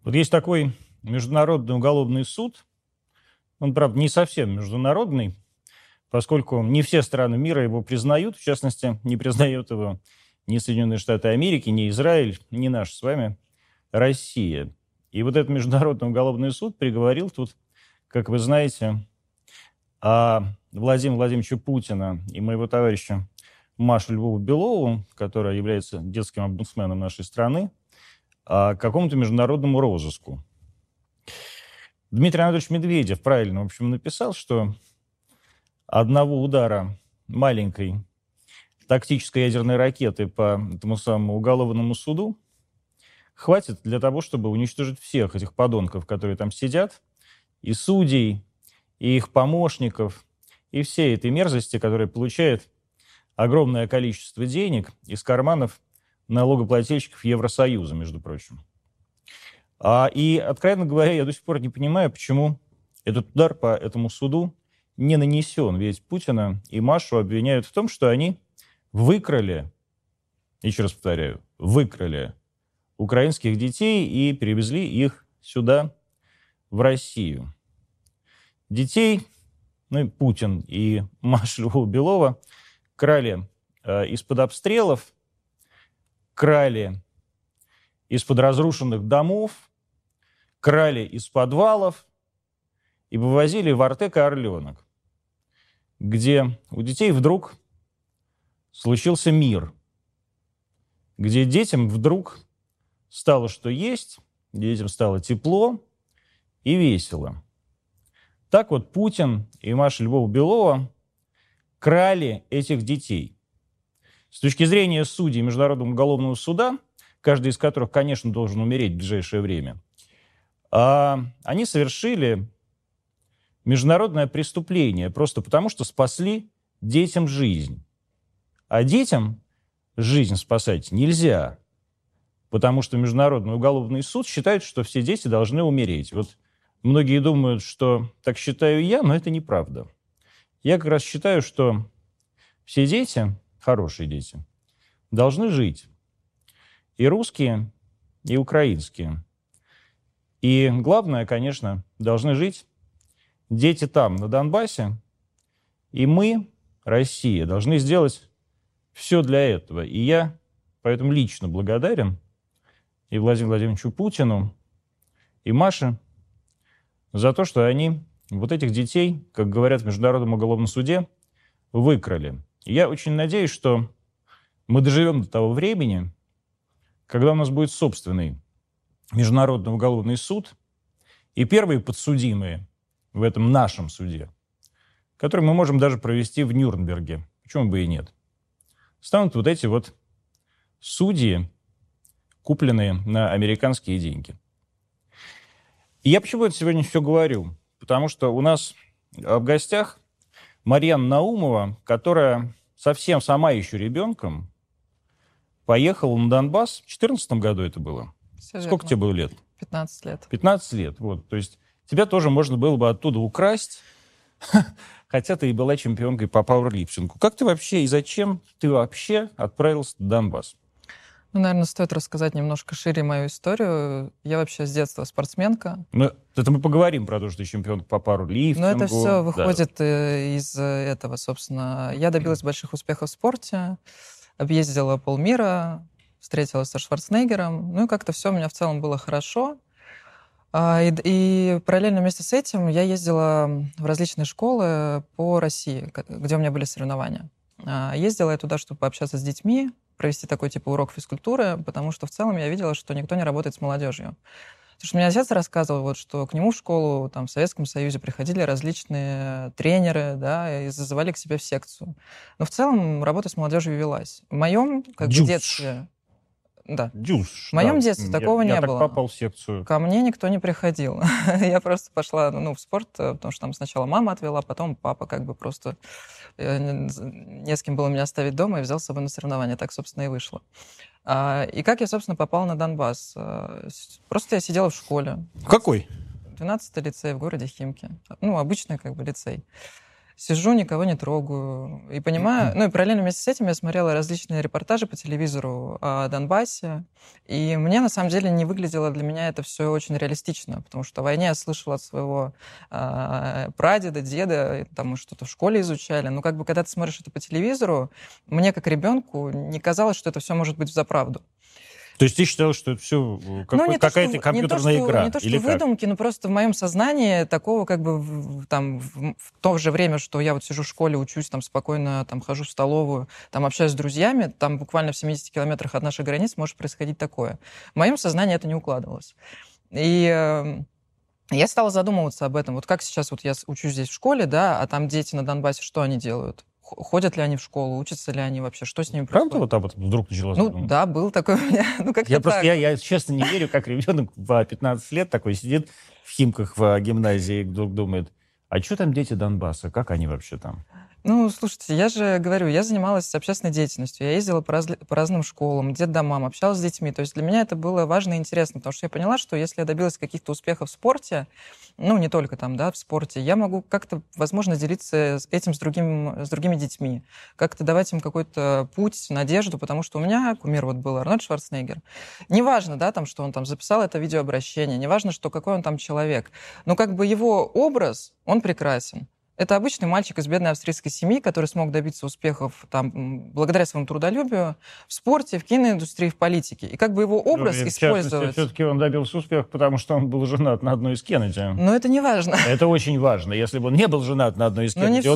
Вот есть такой Международный уголовный суд. Он, правда, не совсем международный, поскольку не все страны мира его признают. В частности, не признает его ни Соединенные Штаты Америки, ни Израиль, ни наша с вами Россия. И вот этот Международный уголовный суд приговорил тут, как вы знаете, Владимира Владимировича Путина и моего товарища Машу Львову Белову, которая является детским омбудсменом нашей страны, к какому-то международному розыску. Дмитрий Анатольевич Медведев правильно, в общем, написал, что одного удара маленькой тактической ядерной ракеты по этому самому уголовному суду хватит для того, чтобы уничтожить всех этих подонков, которые там сидят, и судей, и их помощников, и всей этой мерзости, которая получает огромное количество денег из карманов налогоплательщиков Евросоюза, между прочим. И, откровенно говоря, я до сих пор не понимаю, почему этот удар по этому суду не нанесен. Ведь Путина и Машу обвиняют в том, что они выкрали, еще раз повторяю, выкрали украинских детей и перевезли их сюда, в Россию. Детей, и Путин и Маша Львова-Белова крали из-под обстрелов, крали из-под разрушенных домов, крали из подвалов и вывозили в Артек и Орленок, где у детей вдруг случился мир, где детям вдруг стало что есть, детям стало тепло и весело. Так вот Путин и Маша Львова-Белова крали этих детей. С точки зрения судей Международного уголовного суда, каждый из которых, конечно, должен умереть в ближайшее время, они совершили международное преступление просто потому, что спасли детям жизнь. А детям жизнь спасать нельзя, потому что Международный уголовный суд считает, что все дети должны умереть. Вот многие думают, что так считаю я, но это неправда. Я как раз считаю, что все дети, хорошие дети, должны жить. И русские, и украинские. И главное, конечно, должны жить дети там, на Донбассе. И мы, Россия, должны сделать все для этого. И я поэтому лично благодарен и Владимиру Владимировичу Путину, и Маше за то, что они вот этих детей, как говорят в Международном уголовном суде, выкрали. И я очень надеюсь, что мы доживем до того времени, когда у нас будет собственный Международный уголовный суд, и первые подсудимые в этом нашем суде, который мы можем даже провести в Нюрнберге, почему бы и нет, станут вот эти вот судьи, купленные на американские деньги. И я почему это сегодня все говорю? Потому что у нас в гостях Марьяна Наумова, которая совсем сама еще ребенком поехала на Донбасс. В 2014 году это было. Все Сколько верно. тебе было лет? 15 лет. 15 лет. Вот. То есть тебя тоже можно было бы оттуда украсть, хотя ты и была чемпионкой по пауэрлифтингу. Как ты вообще и зачем ты вообще отправился на Донбасс? Ну, наверное, стоит рассказать немножко шире мою историю. Я вообще с детства спортсменка. Ну, это мы поговорим про то, что ты чемпионка по пауэрлифтингу. Но это все выходит из этого, собственно. Я добилась больших успехов в спорте, объездила полмира, встретилась со Шварценеггером. Ну и как-то все у меня в целом было хорошо. И параллельно вместе с этим я ездила в различные школы по России, где у меня были соревнования. Ездила я туда, чтобы пообщаться с детьми, провести такой типа урок физкультуры, потому что в целом я видела, что никто не работает с молодежью. Потому что мне отец рассказывал, вот, что к нему в школу там, в Советском Союзе приходили различные тренеры, да, и зазывали к себе в секцию. Но в целом работа с молодежью велась. В моем детстве... Да. Дюш. В моем детстве такого не было. Я так попал в секцию. Ко мне никто не приходил. Я просто пошла в спорт, потому что там сначала мама отвела, потом папа как бы просто не с кем было меня оставить дома и взял с собой на соревнования. Так, собственно, и вышло. И как я, собственно, попала на Донбасс? Просто я сидела в школе. Какой? 12-й лицей в городе Химки. Ну, обычный как бы лицей. сижу, никого не трогаю. И понимаю... Ну, и параллельно вместе с этим я смотрела различные репортажи по телевизору о Донбассе. И мне, на самом деле, не выглядело для меня это все очень реалистично, потому что о войне я слышала от своего прадеда, деда, там мы что-то в школе изучали. Но как бы, когда ты смотришь это по телевизору, мне, как ребенку, не казалось, что это все может быть взаправду. То есть ты считал, что это все какая-то компьютерная игра? Не то, что выдумки, но просто в моем сознании такого как бы в то же время, что я вот сижу в школе, учусь, там спокойно там хожу в столовую, там общаюсь с друзьями, там буквально в 70 километрах от наших границ может происходить такое. В моем сознании это не укладывалось. И я стала задумываться об этом. Вот как сейчас вот я учусь здесь в школе, да, а там дети на Донбассе, что они делают? Ходят ли они в школу, учатся ли они вообще, что с ними происходит? Правда вот об этом вдруг началось? Ну, да, был такой у меня. Ну, как-то так. Я честно не верю, как ребенок в 15 лет такой сидит в Химках в гимназии и вдруг думает, а что там дети Донбасса, как они вообще там? Ну, слушайте, я же говорю, я занималась общественной деятельностью, я ездила по разным школам, детдомам, общалась с детьми. То есть для меня это было важно и интересно, потому что я поняла, что если я добилась каких-то успехов в спорте, ну, не только там, да, в спорте, я могу как-то, возможно, делиться этим с другими детьми, как-то давать им какой-то путь, надежду, потому что у меня кумир вот был Арнольд Шварценеггер. Неважно, да, там, что он там записал это видеообращение, неважно, что какой он там человек, но как бы его образ, он прекрасен. Это обычный мальчик из бедной австрийской семьи, который смог добиться успехов там, благодаря своему трудолюбию в спорте, в киноиндустрии, в политике. И как бы его образ использовать... Все-таки он добился успеха, потому что он был женат на одной из Кеннеди. Но это не важно. Это очень важно. Если бы он не был женат на одной из Кеннеди,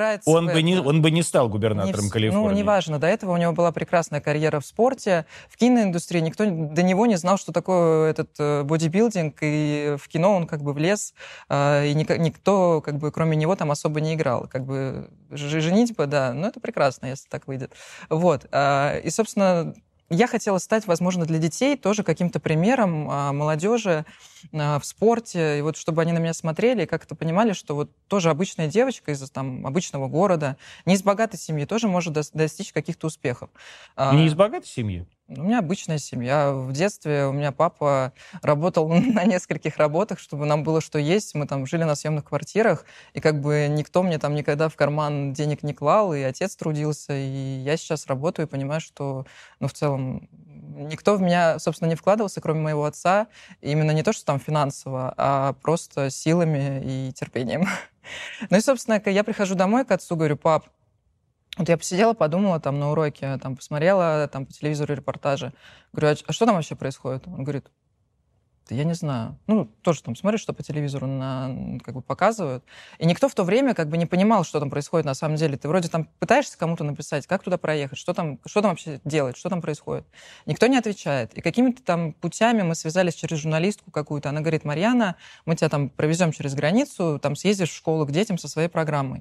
он бы не стал губернатором Калифорнии. Ну, не важно. До этого у него была прекрасная карьера в спорте, в киноиндустрии. Никто до него не знал, что такое этот бодибилдинг, и в кино он как бы влез, и никто, как бы, кроме него, там особо не играл. Как бы женитьба, да, ну это прекрасно, если так выйдет. Вот. И, собственно, я хотела стать, возможно, для детей тоже каким-то примером молодежи в спорте, и вот чтобы они на меня смотрели и как-то понимали, что вот тоже обычная девочка из там, обычного города, не из богатой семьи, тоже может достичь каких-то успехов. Не из богатой семьи? У меня обычная семья. В детстве у меня папа работал на нескольких работах, чтобы нам было что есть. Мы там жили на съемных квартирах, и как бы никто мне там никогда в карман денег не клал, и отец трудился, и я сейчас работаю и понимаю, что, ну, в целом, никто в меня, собственно, не вкладывался, кроме моего отца, именно не то, что там финансово, а просто силами и терпением. Ну и, собственно, я прихожу домой к отцу, говорю: пап, вот я посидела, подумала там на уроке, там посмотрела там по телевизору репортажи. Говорю, а что там вообще происходит? Он говорит: да я не знаю. Ну, тоже там смотришь, что по телевизору как бы показывают. И никто в то время как бы не понимал, что там происходит на самом деле. Ты вроде там пытаешься кому-то написать, как туда проехать, что там вообще делать, что там происходит. Никто не отвечает. И какими-то там путями мы связались через журналистку какую-то. Она говорит: Марьяна, мы тебя там провезем через границу, там съездишь в школу к детям со своей программой.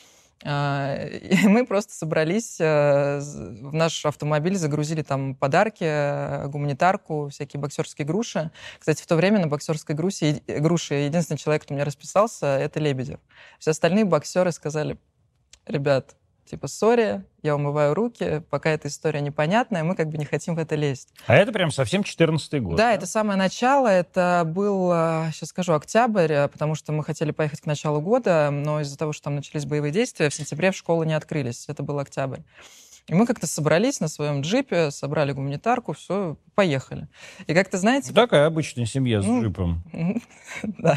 И мы просто собрались в наш автомобиль, загрузили там подарки, гуманитарку, всякие боксерские груши. Кстати, в то время на боксерской груше единственный человек, кто у меня расписался, это Лебедев. Все остальные боксеры сказали: ребят, типа, сори, я умываю руки, пока эта история непонятная, мы как бы не хотим в это лезть. А это прям совсем 14-й год. Да, это самое начало, это был, сейчас скажу, октябрь, потому что мы хотели поехать к началу года, но из-за того, что там начались боевые действия, в сентябре в школы не открылись, это был октябрь. И мы как-то собрались на своем джипе, собрали гуманитарку, все, поехали. И как-то, знаете... Такая обычная семья с джипом. Да.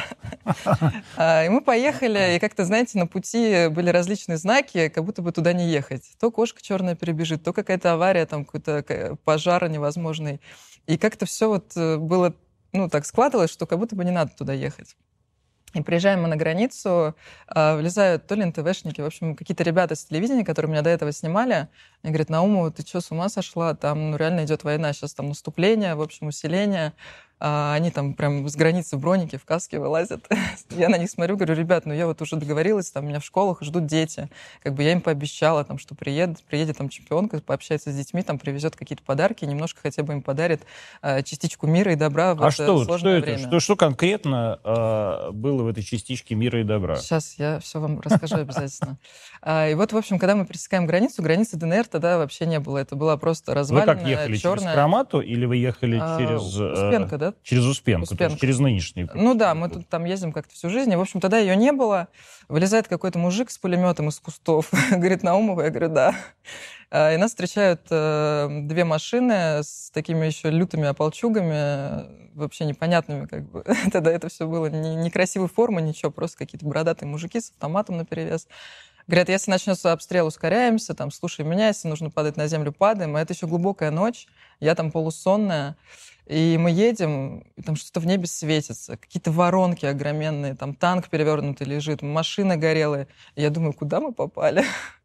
И мы поехали, и как-то, знаете, на пути были различные знаки, как будто бы туда не ехать. То кошка черная перебежит, то какая-то авария, там какой-то пожар невозможный. И как-то все вот было, ну, так складывалось, что как будто бы не надо туда ехать. И приезжаем мы на границу, влезают то ли НТВшники, в общем, какие-то ребята с телевидения, которые меня до этого снимали, и говорят: Наумова, ты что, с ума сошла? Там, ну, реально идет война, сейчас там наступление, в общем, усиление. Они там прям с границы в бронике, в каске вылазят. Я на них смотрю, говорю: ребят, ну я вот уже договорилась, там меня в школах ждут дети. Как бы я им пообещала, там, что приедет там чемпионка, пообщается с детьми, там привезет какие-то подарки, немножко хотя бы им подарит частичку мира и добра в это сложное время. Что конкретно было в этой частичке мира и добра? Сейчас я все вам расскажу обязательно. И вот, в общем, когда мы пересекаем границу, границы ДНР тогда вообще не было. Это была просто развалина черная. Вы как ехали, через Крамату или вы ехали через... Успенка, да? да? Через Успенку, то есть через нынешний. Ну да, мы тут там ездим как-то всю жизнь. И, в общем, тогда ее не было. Вылезает какой-то мужик с пулеметом из кустов. Говорит, Наумова? Я говорю, да. И нас встречают две машины с такими еще лютыми ополчугами, вообще непонятными. Как бы. Тогда это все было некрасивой формы, ничего, просто какие-то бородатые мужики с автоматом наперевес. Говорят, если начнется обстрел, ускоряемся, там, слушай меня, если нужно падать на землю, падаем. А это еще глубокая ночь, я там полусонная. И мы едем, и там что-то в небе светится, какие-то воронки огроменные, там танк перевернутый лежит, машина горелая. И я думаю, куда мы попали?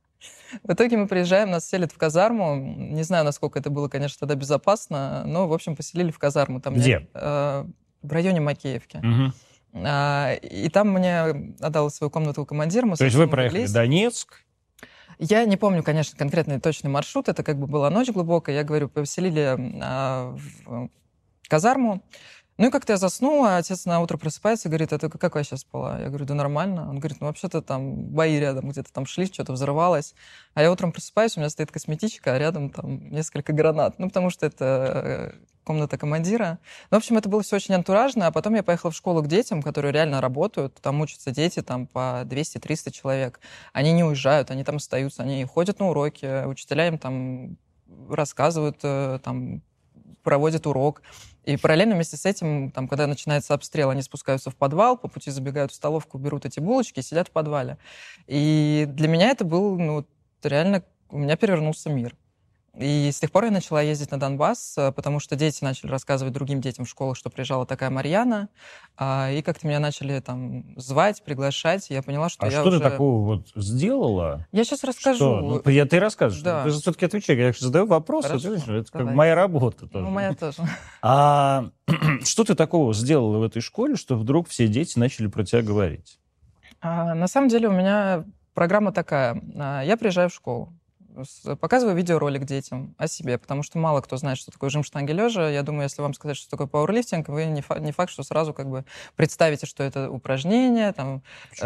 В итоге мы приезжаем, нас селят в казарму. Не знаю, насколько это было, конечно, тогда безопасно, но, в общем, поселили в казарму. Там Где? В районе Макеевки. Угу. И там мне отдал свою комнату командир. То есть вы проехали Донецк? Я не помню, конечно, конкретный точный маршрут. Это как бы была ночь глубокая. Я говорю, поселили в казарму. Ну и как-то я заснула, отец на утро просыпается и говорит, а ты как я сейчас спала? Я говорю, да нормально. Он говорит, ну вообще-то там бои рядом где-то там шли, что-то взрывалось. А я утром просыпаюсь, у меня стоит косметичка, а рядом там несколько гранат. Ну потому что это комната командира. Ну, в общем, это было все очень антуражно. А потом я поехала в школу к детям, которые реально работают. Там учатся дети там по 200-300 человек. Они не уезжают, они там остаются, они ходят на уроки, учителя им там рассказывают, там проводят урок. И параллельно вместе с этим, там, когда начинается обстрел, они спускаются в подвал, по пути забегают в столовку, берут эти булочки и сидят в подвале. И для меня это был, ну, реально, у меня перевернулся мир. И с тех пор я начала ездить на Донбасс, потому что дети начали рассказывать другим детям в школах, что приезжала такая Марьяна, и как-то меня начали там звать, приглашать, и я поняла, что я что уже... ты такого вот сделала? Я сейчас расскажу. Что? Ну, ты расскажешь. Да. Ты же все-таки отвечай. Я задаю вопрос, Хорошо, это как давай. моя работа тоже. Ну, моя тоже. А что ты такого сделала в этой школе, что вдруг все дети начали про тебя говорить? На самом деле у меня программа такая. Я приезжаю в школу, показываю видеоролик детям о себе, потому что мало кто знает, что такое жим штанги лежа. Я думаю, если вам сказать, что такое пауэрлифтинг, вы не факт, что сразу как бы представите, что это упражнение. Там,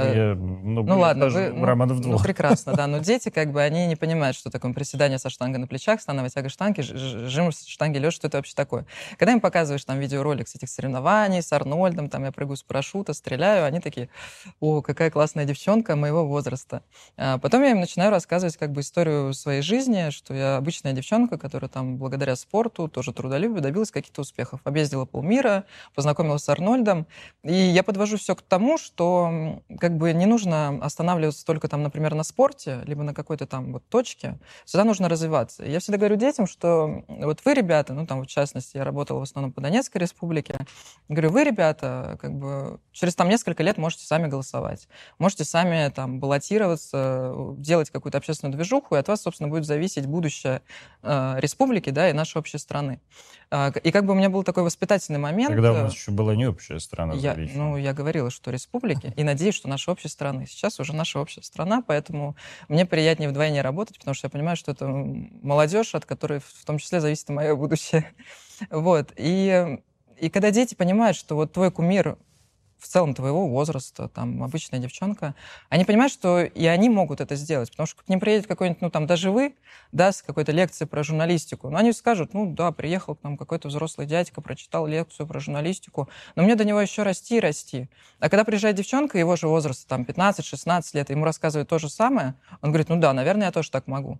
ну ладно, вы, прекрасно, да, но дети как бы они не понимают, что такое приседание со штангой на плечах, становая тяга штанги, жим штанги лежа, что это вообще такое. Когда им показываешь там видеоролик с этих соревнований, с Арнольдом, там я прыгаю с парашюта, стреляю, они такие, о, какая классная девчонка моего возраста. Потом я им начинаю рассказывать как бы историю своей жизни, что я обычная девчонка, которая там благодаря спорту, тоже трудолюбию, добилась каких-то успехов. Объездила полмира, познакомилась с Арнольдом. И я подвожу все к тому, что как бы не нужно останавливаться только там, например, на спорте, либо на какой-то там вот точке. Всегда нужно развиваться. И я всегда говорю детям, что вот вы, ребята, ну там в частности, я работала в основном по Донецкой республике, говорю, вы, ребята, как бы через там несколько лет можете сами голосовать, можете сами там баллотироваться, делать какую-то общественную движуху, и от вас, собственно, будет зависеть будущее республики, да, и нашей общей страны. И как бы у меня был такой воспитательный момент. Тогда у нас еще была не общая страна. Я говорила, что республики, и надеюсь, что наша общая страна. Сейчас уже наша общая страна, поэтому мне приятнее вдвойне работать, потому что я понимаю, что это молодежь, от которой в том числе зависит и мое будущее. Вот. И когда дети понимают, что вот твой кумир в целом твоего возраста, там, обычная девчонка, они понимают, что и они могут это сделать, потому что к ним приедет какой-нибудь, ну, там, даже вы, да, с какой-то лекцией про журналистику, но они скажут, ну, да, приехал к нам какой-то взрослый дядька, прочитал лекцию про журналистику, но мне до него еще расти и расти. А когда приезжает девчонка его же возраста, там, 15-16 лет, ему рассказывают то же самое, он говорит, ну, да, наверное, я тоже так могу.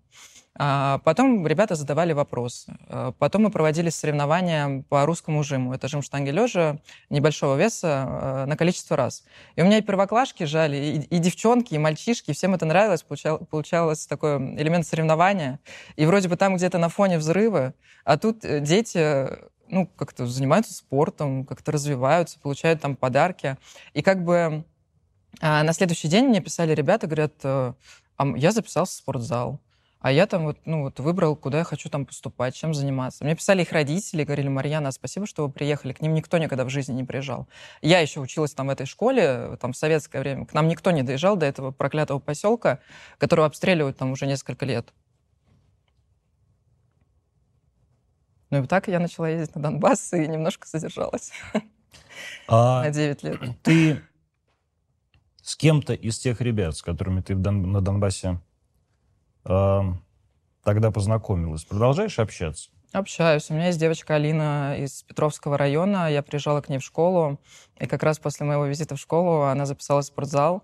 Потом ребята задавали вопросы. Потом мы проводили соревнования по русскому жиму. Это жим штанги лежа небольшого веса на количество раз. И у меня и первоклашки жали, и девчонки, и мальчишки, и всем это нравилось. Получалось такой элемент соревнования. И вроде бы там где-то на фоне взрывы, а тут дети, ну, как-то занимаются спортом, как-то развиваются, получают там подарки. И как бы на следующий день мне писали ребята, говорят, я записался в спортзал. А я там вот, ну, вот выбрал, куда я хочу там поступать, чем заниматься. Мне писали их родители, говорили, Марьяна, спасибо, что вы приехали. К ним никто никогда в жизни не приезжал. Я еще училась там в этой школе, там в советское время. К нам никто не доезжал до этого проклятого поселка, которого обстреливают там уже несколько лет. Ну и вот так я начала ездить на Донбасс и немножко задержалась на 9 лет. Ты с кем-то из тех ребят, с которыми ты на Донбассе тогда познакомилась, продолжаешь общаться? Общаюсь. У меня есть девочка Алина из Петровского района. Я приезжала к ней в школу, и как раз после моего визита в школу она записалась в спортзал.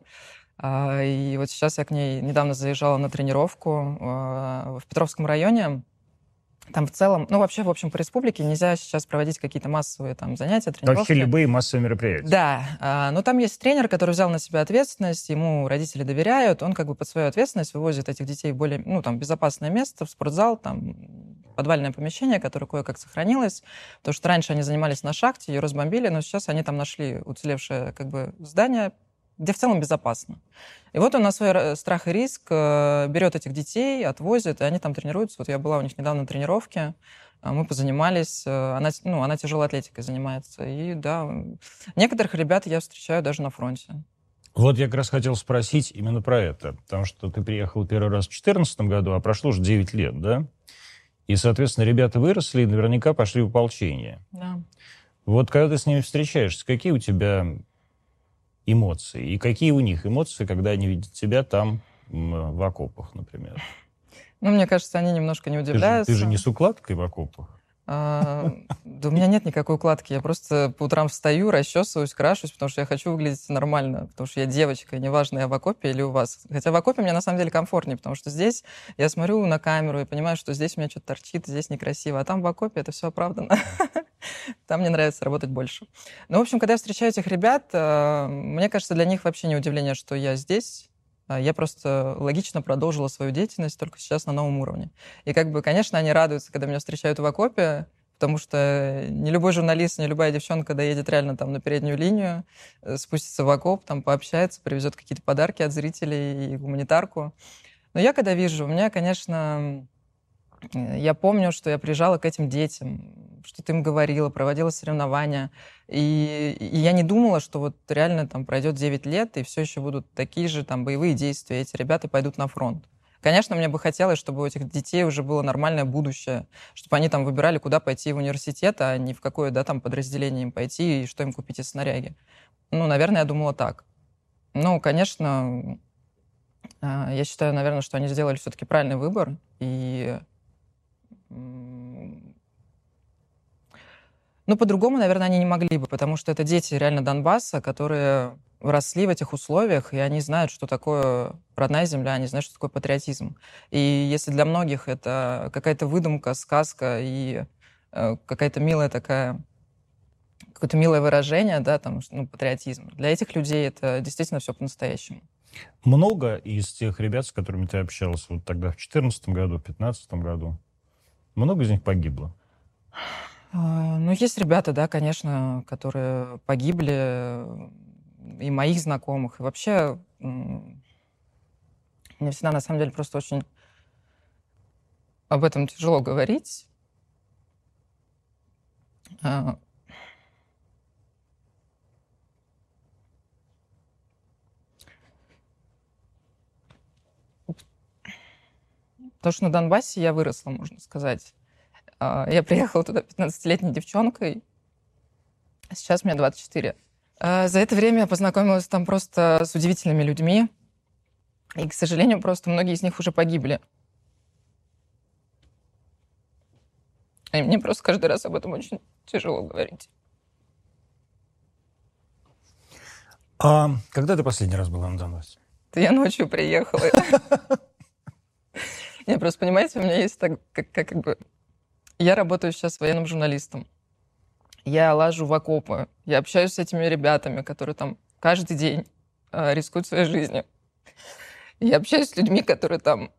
И вот сейчас я к ней недавно заезжала на тренировку в Петровском районе. Там в целом, ну вообще, в общем, по республике нельзя сейчас проводить какие-то массовые там занятия, тренировки. Вообще любые массовые мероприятия. Да, но там есть тренер, который взял на себя ответственность, ему родители доверяют, он как бы под свою ответственность вывозит этих детей в более, ну там, безопасное место, в спортзал, там, подвальное помещение, которое кое-как сохранилось, потому что раньше они занимались на шахте, ее разбомбили, но сейчас они там нашли уцелевшее как бы здание, где в целом безопасно. И вот он на свой страх и риск берет этих детей, отвозит, и они там тренируются. Вот я была у них недавно на тренировке, мы позанимались. Она тяжелой атлетикой занимается. И да, некоторых ребят я встречаю даже на фронте. Вот я как раз хотел спросить именно про это, потому что ты приехал первый раз в 2014 году, а прошло уже 9 лет, да? И, соответственно, ребята выросли и наверняка пошли в ополчение. Да. Вот когда ты с ними встречаешься, какие у тебя эмоции? И какие у них эмоции, когда они видят тебя там в окопах, например? Ну, мне кажется, они немножко не удивляются. Ты же не с укладкой в окопах? Да у меня нет никакой укладки. Я просто по утрам встаю, расчесываюсь, крашусь, потому что я хочу выглядеть нормально, потому что я девочка, и неважно, я в окопе или у вас. Хотя в окопе мне на самом деле комфортнее, потому что здесь я смотрю на камеру и понимаю, что здесь у меня что-то торчит, здесь некрасиво, а там в окопе это все оправдано. Там мне нравится работать больше. Ну, в общем, когда я встречаю этих ребят, мне кажется, для них вообще не удивление, что я здесь. Я просто логично продолжила свою деятельность, только сейчас на новом уровне. И как бы, конечно, они радуются, когда меня встречают в окопе, потому что не любой журналист, не любая девчонка доедет реально там на переднюю линию, спустится в окоп, там пообщается, привезет какие-то подарки от зрителей и гуманитарку. Но я когда вижу, у меня, конечно... Я помню, что я приезжала к этим детям, что-то им говорила, проводила соревнования. И я не думала, что вот реально там пройдет 9 лет, и все еще будут такие же там боевые действия, эти ребята пойдут на фронт. Конечно, мне бы хотелось, чтобы у этих детей уже было нормальное будущее, чтобы они там выбирали, куда пойти в университет, а не в какое, да, там подразделение им пойти и что им купить из снаряги. Ну, наверное, я думала так. Ну, конечно, я считаю, наверное, что они сделали все-таки правильный выбор, и... Ну, по-другому, наверное, они не могли бы, потому что это дети реально Донбасса, которые росли в этих условиях, и они знают, что такое родная земля, они знают, что такое патриотизм. И если для многих это какая-то выдумка, сказка и какая-то милая такая, какое-то милое выражение, да, там, ну, патриотизм, для этих людей это действительно все по-настоящему. Много из тех ребят, с которыми ты общался вот тогда в 2014 году, в 2015 году, много из них погибло? Ну, есть ребята, да, конечно, которые погибли, и моих знакомых. И вообще, мне всегда, на самом деле, просто очень об этом тяжело говорить. Потому что на Донбассе я выросла, можно сказать. Я приехала туда 15-летней девчонкой, а сейчас мне 24. За это время я познакомилась там просто с удивительными людьми. И, к сожалению, просто многие из них уже погибли. И мне просто каждый раз об этом очень тяжело говорить. А когда ты последний раз была на Донбассе? Да я ночью приехала. Не, просто, понимаете, у меня есть так, как бы... Я работаю сейчас военным журналистом. Я лажу в окопы. Я общаюсь с этими ребятами, которые там каждый день рискуют своей жизнью. Я общаюсь с людьми, которые там,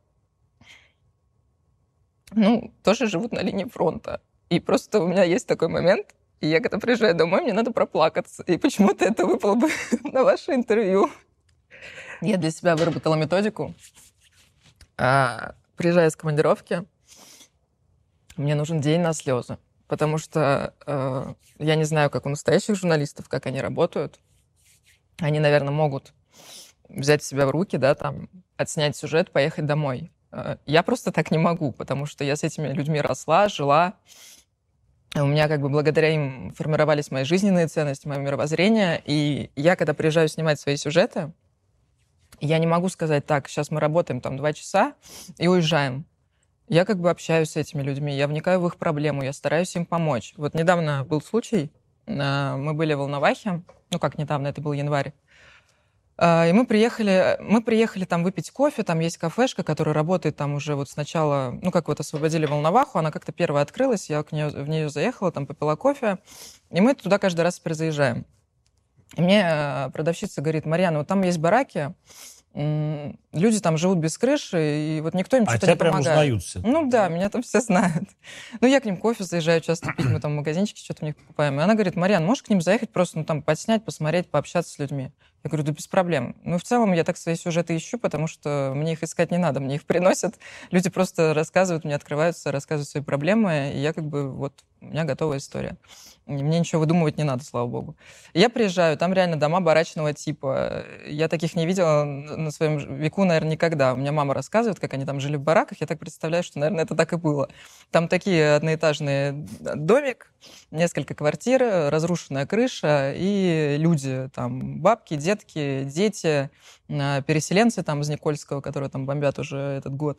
ну, тоже живут на линии фронта. И просто у меня есть такой момент, и я когда приезжаю домой, мне надо проплакаться. И почему-то это выпало бы на ваше интервью. Я для себя выработала методику. Приезжая с командировки, мне нужен день на слезы. Потому что я не знаю, как у настоящих журналистов, как они работают. Они, наверное, могут взять себя в руки, да, там, отснять сюжет, поехать домой. Я просто так не могу, потому что я с этими людьми росла, жила. У меня как бы благодаря им формировались мои жизненные ценности, мое мировоззрение. И я, когда приезжаю снимать свои сюжеты, я не могу сказать, так, сейчас мы работаем там 2 часа и уезжаем. Я как бы общаюсь с этими людьми, я вникаю в их проблему, я стараюсь им помочь. Вот недавно был случай, мы были в Волновахе, ну как недавно, это был январь, и мы приехали там выпить кофе, там есть кафешка, которая работает там уже вот сначала, ну как вот освободили Волноваху, она как-то первая открылась, я в нее заехала, там попила кофе, и мы туда каждый раз теперь заезжаем. И мне продавщица говорит: Марьяна, вот там есть бараки, люди там живут без крыши, и вот никто им что-то не прям помогает. узнают все. Ну да, меня там все знают. Ну, я к ним кофе заезжаю часто пить, мы там в магазинчике что-то у них покупаем. И она говорит: Марьян, можешь к ним заехать просто, ну, там, подснять, посмотреть, пообщаться с людьми? Я говорю: да без проблем. Ну, в целом, я так свои сюжеты ищу, потому что мне их искать не надо, мне их приносят. Люди просто рассказывают, мне открываются, рассказывают свои проблемы, и я как бы, вот, у меня готовая история. И мне ничего выдумывать не надо, слава богу. И я приезжаю, там реально дома барачного типа. Я таких не видела на своем веку, наверное, никогда. У меня мама рассказывает, как они там жили в бараках. Я так представляю, что, наверное, это так и было. Там такие одноэтажные домик, несколько квартир, разрушенная крыша, и люди, там, бабки, детки, дети, переселенцы там из Никольского, которые там бомбят уже этот год.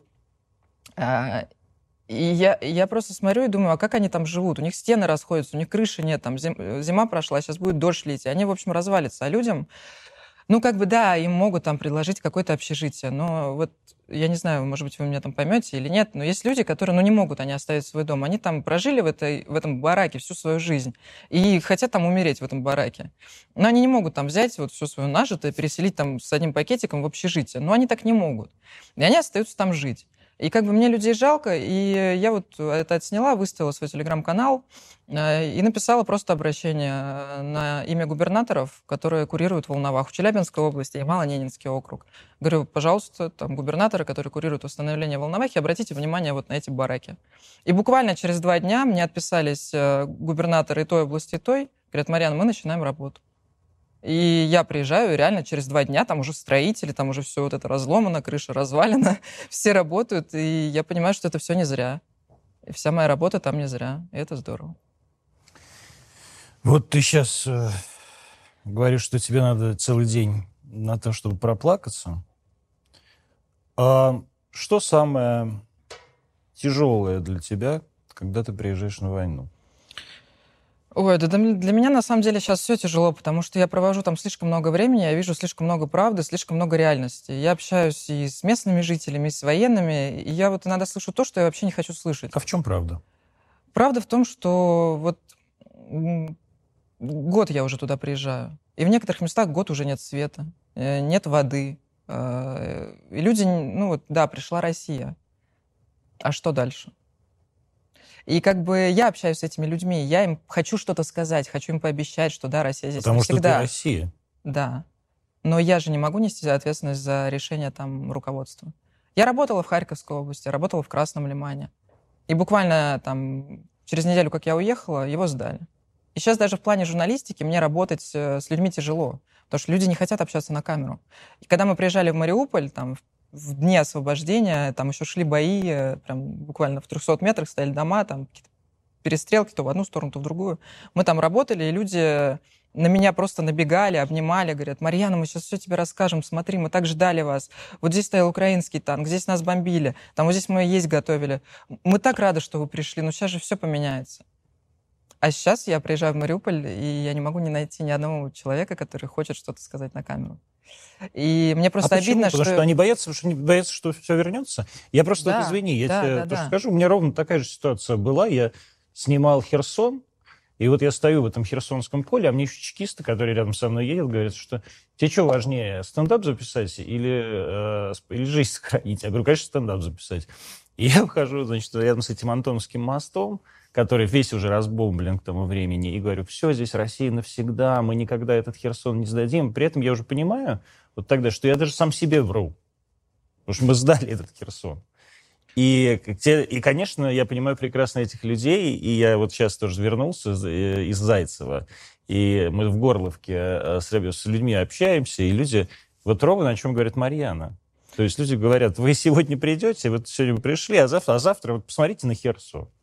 И я просто смотрю и думаю, а как они там живут? У них стены расходятся, у них крыши нет, там зима прошла, сейчас будет дождь лить, и они, в общем, развалятся. А людям, ну, как бы, да, им могут там предложить какое-то общежитие, но вот, я не знаю, может быть, вы меня там поймете или нет, но есть люди, которые, ну, не могут они оставить свой дом. Они там прожили в этом бараке всю свою жизнь и хотят там умереть в этом бараке. Но они не могут там взять вот все свое нажитое, переселить там с одним пакетиком в общежитие. Но они так не могут. И они остаются там жить. И как бы мне людей жалко, и я вот это отсняла, выставила свой телеграм-канал и написала просто обращение на имя губернаторов, которые курируют Волноваху в Челябинской области и Ямало-Ненецкий округ. Говорю: пожалуйста, там губернаторы, которые курируют восстановление Волновахи, обратите внимание вот на эти бараки. И буквально через 2 дня мне отписались губернаторы и той области, и той. Говорят: Марьяна, мы начинаем работу. И я приезжаю, и реально через 2 дня там уже строители, там уже все вот это разломано, крыша развалена, все работают, и я понимаю, что это все не зря. И вся моя работа там не зря, и это здорово. Вот ты сейчас говоришь, что тебе надо целый день на то, чтобы проплакаться. А что самое тяжелое для тебя, когда ты приезжаешь на войну? Ой, да для меня на самом деле сейчас все тяжело, потому что я провожу там слишком много времени, я вижу слишком много правды, слишком много реальности. Я общаюсь и с местными жителями, и с военными, и я вот иногда слышу то, что я вообще не хочу слышать. А в чем правда? Правда в том, что вот год я уже туда приезжаю, и в некоторых местах год уже нет света, нет воды. И люди, ну вот, да, пришла Россия. А что дальше? И как бы я общаюсь с этими людьми, я им хочу что-то сказать, хочу им пообещать, что да, Россия здесь Потому что навсегда. ты Россия. Да. Но я же не могу нести ответственность за решение там руководства. Я работала в Харьковской области, работала в Красном Лимане. И буквально там через неделю, как я уехала, его сдали. И сейчас даже в плане журналистики мне работать с людьми тяжело, потому что люди не хотят общаться на камеру. И когда мы приезжали в Мариуполь, там, в дни освобождения, там еще шли бои, прям буквально в 300 метрах стояли дома, там какие-то перестрелки то в одну сторону, то в другую. Мы там работали, и люди на меня просто набегали, обнимали, говорят: Марьяна, мы сейчас все тебе расскажем, смотри, мы так ждали вас. Вот здесь стоял украинский танк, здесь нас бомбили, там вот здесь мы есть готовили. Мы так рады, что вы пришли, но сейчас же все поменяется. А сейчас я приезжаю в Мариуполь, и я не могу не найти ни одного человека, который хочет что-то сказать на камеру. И мне просто обидно, Потому что они боятся, что все вернется? Я просто, Да, извини, я да, тебе да, тоже да. скажу, у меня ровно такая же ситуация была. Я снимал Херсон, и вот я стою в этом Херсонском поле, а мне еще чекисты, которые рядом со мной едут, говорят, что тебе что важнее, стендап записать или жизнь сохранить? Я говорю: конечно, стендап записать. И я выхожу, значит, рядом с этим Антоновским мостом, который весь уже разбомблен к тому времени, и говорю: все, здесь Россия навсегда, мы никогда этот Херсон не сдадим. При этом я уже понимаю вот тогда, что я даже сам себе вру, потому что мы сдали этот Херсон. И, конечно, я понимаю прекрасно этих людей, и я вот сейчас тоже вернулся из Зайцева, и мы в Горловке с людьми общаемся, и люди вот ровно о чем говорит Марьяна. То есть люди говорят: вы сегодня придете, вот сегодня вы пришли, а завтра вот посмотрите на Херсон.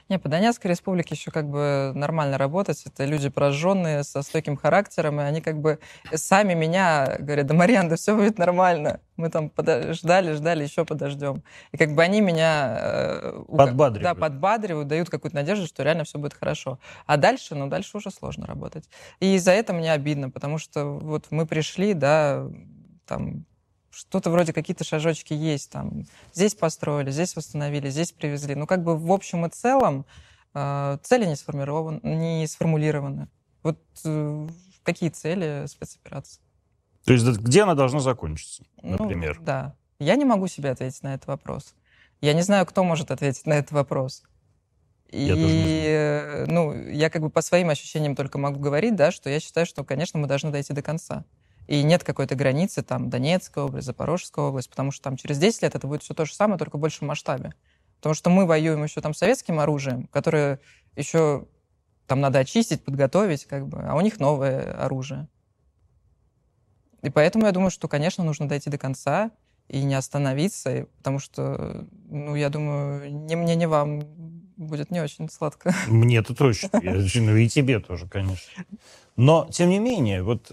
Не, по Донецкой республике еще как бы нормально работать. Это люди прожженные, со стойким характером, и они как бы сами меня говорят: да, Марьян, да все будет нормально. Мы там ждали, еще подождем. И как бы они меня Подбадривают. Да, подбадривают, дают какую-то надежду, что реально все будет хорошо. А дальше, ну, дальше уже сложно работать. И за это мне обидно, потому что вот мы пришли, да, там что-то вроде какие-то шажочки есть, там здесь построили, здесь восстановили, здесь привезли. Ну, как бы в общем и целом цели не сформулированы. Вот какие цели спецоперации? То есть где она должна закончиться, например? Ну, да. Я не могу себе ответить на этот вопрос. Я не знаю, кто может ответить на этот вопрос. Я тоже не знаю. Ну, я как бы по своим ощущениям только могу говорить, да, что я считаю, что, конечно, мы должны дойти до конца. И нет какой-то границы, там, Донецкая область, Запорожская область, потому что там через 10 лет это будет все то же самое, только в большем масштабе. Потому что мы воюем еще там советским оружием, которое еще там надо очистить, подготовить, как бы, а у них новое оружие. И поэтому я думаю, что, конечно, нужно дойти до конца и не остановиться, потому что, ну, я думаю, ни мне, ни вам будет не очень сладко. Мне-то точно. Ну и тебе тоже, конечно. Но, тем не менее, вот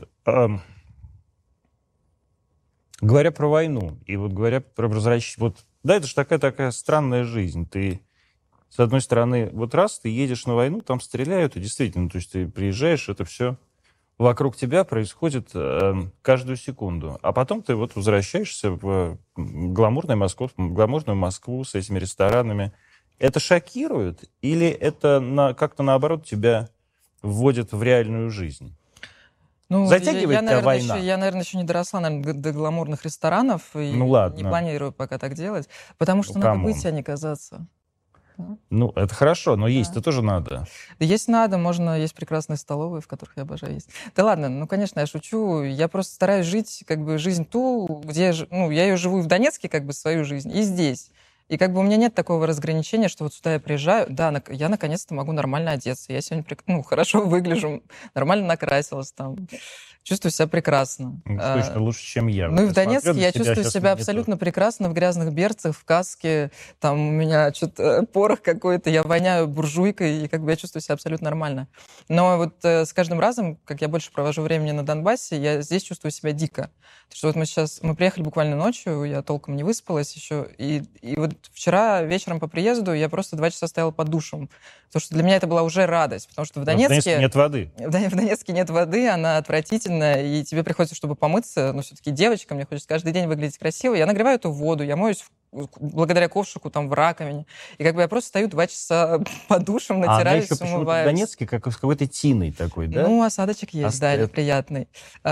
говоря про войну, и вот говоря про возвращение... Вот, да, это же такая странная жизнь. Ты, с одной стороны, вот раз ты едешь на войну, там стреляют, и действительно, то есть ты приезжаешь, это все вокруг тебя происходит каждую секунду. А потом ты вот возвращаешься в гламурную Москву с этими ресторанами. Это шокирует? Или это как-то наоборот тебя вводит в реальную жизнь? Ну, Затягивает тебя война? Я, наверное, еще не доросла, наверное, до гламурных ресторанов, и Ну, ладно. не планирую пока так делать, потому что надо быть, а не казаться. Ну, это хорошо, но есть-то тоже надо. Да есть надо, есть прекрасные столовые, в которых я обожаю есть. Да ладно, ну, конечно, я шучу, я просто стараюсь жить, как бы, жизнь ту, где, ну, я ее живу в Донецке, как бы, свою жизнь, и здесь. И как бы у меня нет такого разграничения, что вот сюда я приезжаю, да, я наконец-то могу нормально одеться, я сегодня хорошо выгляжу, нормально накрасилась там, чувствую себя прекрасно. Точно лучше, чем я. Ну и в Донецке я чувствую себя абсолютно прекрасно, в грязных берцах, в каске, там у меня что-то порох какой-то, я воняю буржуйкой, и как бы я чувствую себя абсолютно нормально. Но вот с каждым разом, как я больше провожу времени на Донбассе, я здесь чувствую себя дико. Потому что вот мы приехали буквально ночью, я толком не выспалась еще, и вот вчера вечером по приезду я просто 2 часа стояла под душем, потому что для меня это была уже радость, потому что в Донецке нет воды. В Донецке нет воды, она отвратительная, и тебе приходится, чтобы помыться, ну, все-таки девочка, мне хочется каждый день выглядеть красиво, я нагреваю эту воду, я моюсь благодаря ковшику там в раковине, и как бы я просто стою 2 часа под душем, натираюсь, умываюсь. А она еще почему-то в Донецке как с какой-то тиной такой, да? Ну, осадочек есть, да, приятный.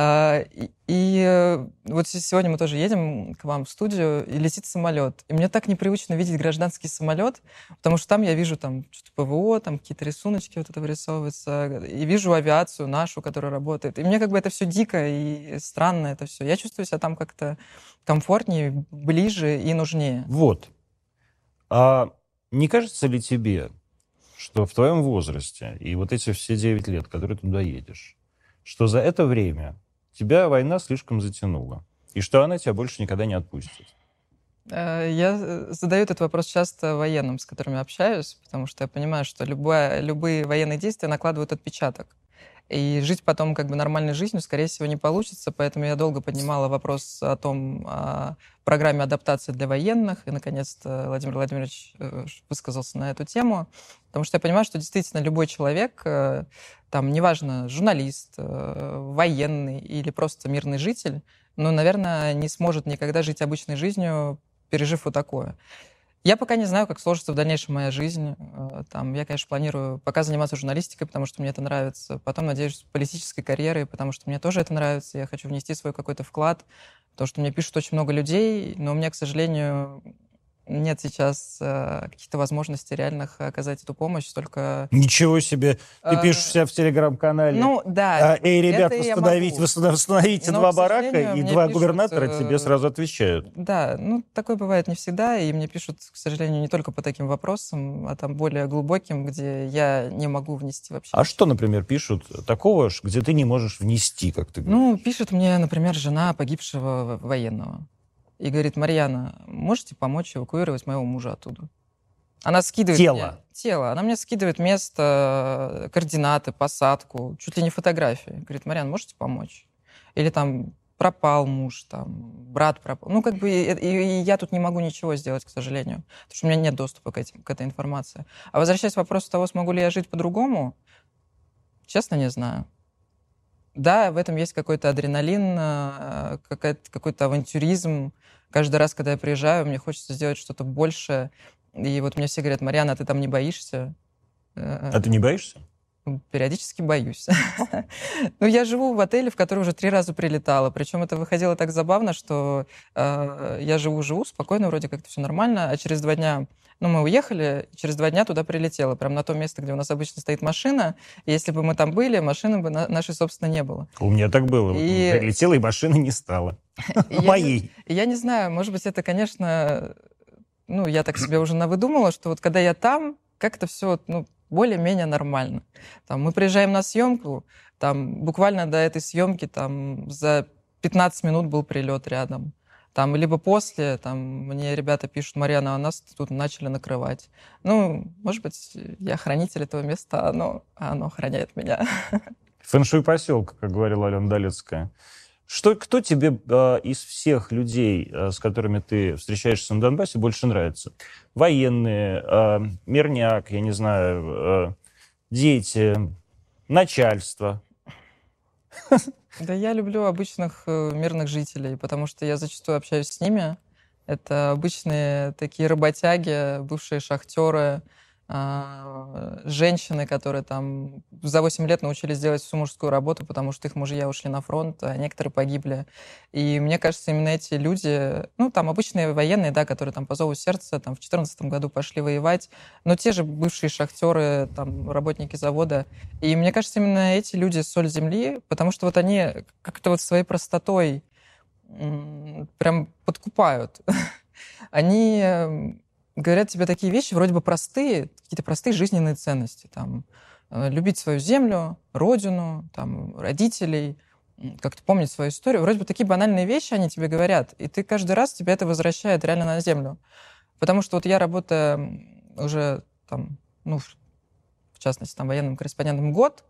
И вот сегодня мы тоже едем к вам в студию, и летит самолет. И мне так непривычно видеть гражданский самолет, потому что там я вижу там что-то ПВО, там какие-то рисуночки вот это вырисовываются, и вижу авиацию нашу, которая работает. И мне как бы это все дико и странно это все. Я чувствую себя там как-то комфортнее, ближе и нужнее. Вот. А не кажется ли тебе, что в твоем возрасте и вот эти все 9 лет, которые туда едешь, что за это время тебя война слишком затянула, и что она тебя больше никогда не отпустит? Я задаю этот вопрос часто военным, с которыми общаюсь, потому что я понимаю, что любые военные действия накладывают отпечаток. И жить потом как бы нормальной жизнью, скорее всего, не получится. Поэтому я долго поднимала вопрос о программе адаптации для военных. И, наконец-то, Владимир Владимирович высказался на эту тему. Потому что я понимаю, что действительно любой человек, там, неважно, журналист, военный или просто мирный житель, ну, наверное, не сможет никогда жить обычной жизнью, пережив вот такое. Я пока не знаю, как сложится в дальнейшем моя жизнь. Там, я, конечно, планирую пока заниматься журналистикой, потому что мне это нравится. Потом, надеюсь, политической карьерой, потому что мне тоже это нравится. Я хочу внести свой какой-то вклад. Потому что мне пишут очень много людей, но у меня, к сожалению, нет сейчас каких-то возможностей реальных оказать эту помощь, только... Ничего себе! Ты пишешь себя в телеграм-канале. Ну, да. Эй, ребят, восстановите 2 барака, и 2 губернатора тебе сразу отвечают. Да, ну, такое бывает не всегда, и мне пишут, к сожалению, не только по таким вопросам, а там более глубоким, где я не могу внести вообще. А что, например, пишут такого, где ты не можешь внести, как ты говоришь? Ну, пишет мне, например, жена погибшего военного. И говорит: Марьяна, можете помочь эвакуировать моего мужа оттуда? Она скидывает Тело. Тело. Она мне скидывает место, координаты, посадку, чуть ли не фотографии. Говорит: Марьяна, можете помочь? Или там пропал муж, там, брат пропал. Ну, как бы и я тут не могу ничего сделать, к сожалению, потому что у меня нет доступа к этой информации. А возвращаясь к вопросу того, смогу ли я жить по-другому, честно, не знаю. Да, в этом есть какой-то адреналин, какой-то авантюризм. Каждый раз, когда я приезжаю, мне хочется сделать что-то большее. И вот мне все говорят: Марьяна, а ты там не боишься? А ты не боишься? Периодически боюсь. Ну, я живу в отеле, в который уже 3 раза прилетала. Причем это выходило так забавно, что я живу, спокойно, вроде как-то все нормально, а через 2 дня, ну, мы уехали, через 2 дня туда прилетела, прям на то место, где у нас обычно стоит машина. И если бы мы там были, машины бы нашей, собственно, не было. У меня так было. И... Прилетела, и машины не стало. Моей. Я не знаю, может быть, это, конечно... Ну, я так себе уже навыдумала, что вот когда я там, как-то все, ну, более-менее нормально. Там, мы приезжаем на съемку, там буквально до этой съемки там, за 15 минут был прилет рядом. Там, либо после, там, мне ребята пишут: Марьяна, а нас тут начали накрывать. Ну, может быть, я хранитель этого места, а оно охраняет меня. Фэншуй поселка, как говорила Алена Долецкая. Кто тебе из всех людей, с которыми ты встречаешься на Донбассе, больше нравится? Военные, мирняк, я не знаю, дети, начальство? Да я люблю обычных мирных жителей, потому что я зачастую общаюсь с ними. Это обычные такие работяги, бывшие шахтеры, женщины, которые там за 8 лет научились делать всю мужскую работу, потому что их мужья ушли на фронт, а некоторые погибли. И мне кажется, именно эти люди, ну, там обычные военные, да, которые там по зову сердца там в 2014 году пошли воевать, но те же бывшие шахтеры, там, работники завода. И мне кажется, именно эти люди — соль земли, потому что вот они как-то вот своей простотой прям подкупают. Они говорят тебе такие вещи, вроде бы простые, какие-то простые жизненные ценности. Там, любить свою землю, родину, там, родителей, как-то помнить свою историю. Вроде бы такие банальные вещи они тебе говорят, и ты каждый раз, тебя это возвращает реально на землю. Потому что вот я, работая уже, там, ну, в частности, там, военным корреспондентом год,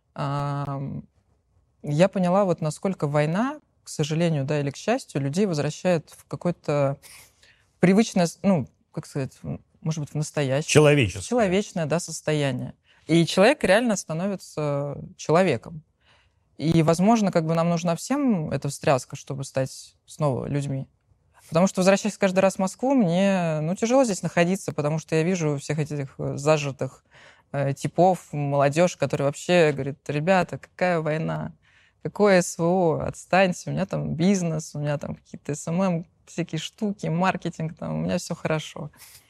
я поняла, вот насколько война, к сожалению, да, или к счастью, людей возвращает в какое-то привычное, ну, как сказать, может быть, в настоящее. Человечное, да, состояние. И человек реально становится человеком. И, возможно, как бы нам нужна всем эта встряска, чтобы стать снова людьми. Потому что, возвращаясь каждый раз в Москву, мне, ну, тяжело здесь находиться, потому что я вижу всех этих зажатых типов, молодежь, которая вообще говорит: ребята, какая война? Какое СВО? Отстаньте, у меня там бизнес, у меня там какие-то СММ, всякие штуки, маркетинг, там, у меня все хорошо.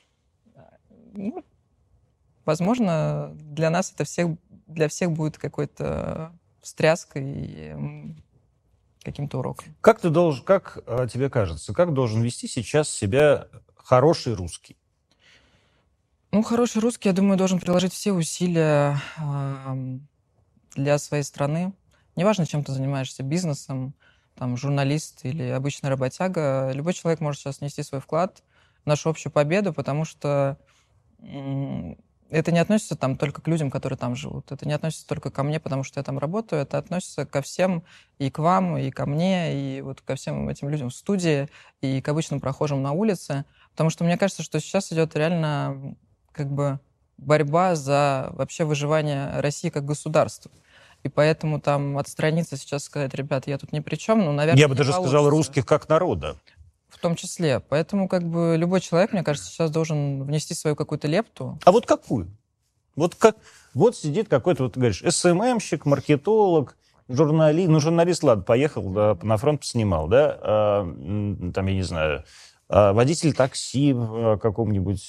Ну, возможно, для нас это для всех будет какой-то встряской и каким-то уроком. Как тебе кажется, как должен вести сейчас себя хороший русский? Ну, хороший русский, я думаю, должен приложить все усилия для своей страны. Неважно, чем ты занимаешься, бизнесом, там, журналист или обычный работяга, любой человек может сейчас внести свой вклад в нашу общую победу, потому что это не относится там только к людям, которые там живут. Это не относится только ко мне, потому что я там работаю. Это относится ко всем, и к вам, и ко мне, и вот ко всем этим людям в студии, и к обычным прохожим на улице. Потому что мне кажется, что сейчас идет реально как бы борьба за вообще выживание России как государства. И поэтому там отстраниться сейчас, сказать: ребята, я тут ни при чем, ну, наверное, я бы даже сказал, русских как народа. В том числе. Поэтому как бы любой человек, мне кажется, сейчас должен внести свою какую-то лепту. А вот какую? Вот сидит какой-то, вот ты говоришь, СММщик, маркетолог, журналист. Ну, журналист, ладно, поехал, да, на фронт поснимал, да, там, я не знаю, водитель такси в каком-нибудь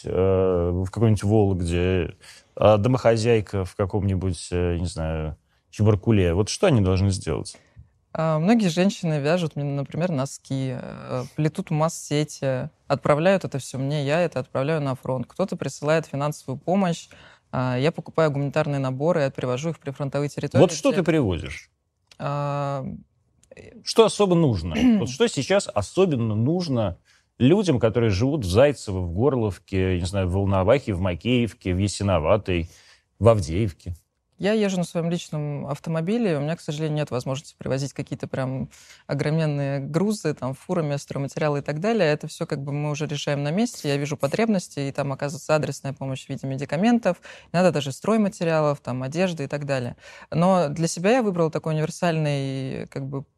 Вологде, домохозяйка в каком-нибудь, не знаю, Чебаркуле. Вот что они должны сделать? Многие женщины вяжут, например, носки, плетут масс-сети, отправляют это все мне, я это отправляю на фронт. Кто-то присылает финансовую помощь, я покупаю гуманитарные наборы и привожу их в прифронтовые территории. Вот что ты привозишь? Что особо нужно? Вот что сейчас особенно нужно людям, которые живут в Зайцево, в Горловке, я не знаю, в Волновахе, в Макеевке, в Ясиноватой, в Авдеевке? Я езжу на своем личном автомобиле, у меня, к сожалению, нет возможности привозить какие-то прям огроменные грузы, там, фурами, стройматериалы и так далее. Это все как бы мы уже решаем на месте, я вижу потребности, и там оказывается адресная помощь в виде медикаментов, иногда даже стройматериалов, там, одежды и так далее. Но для себя я выбрала такой универсальный, как бы,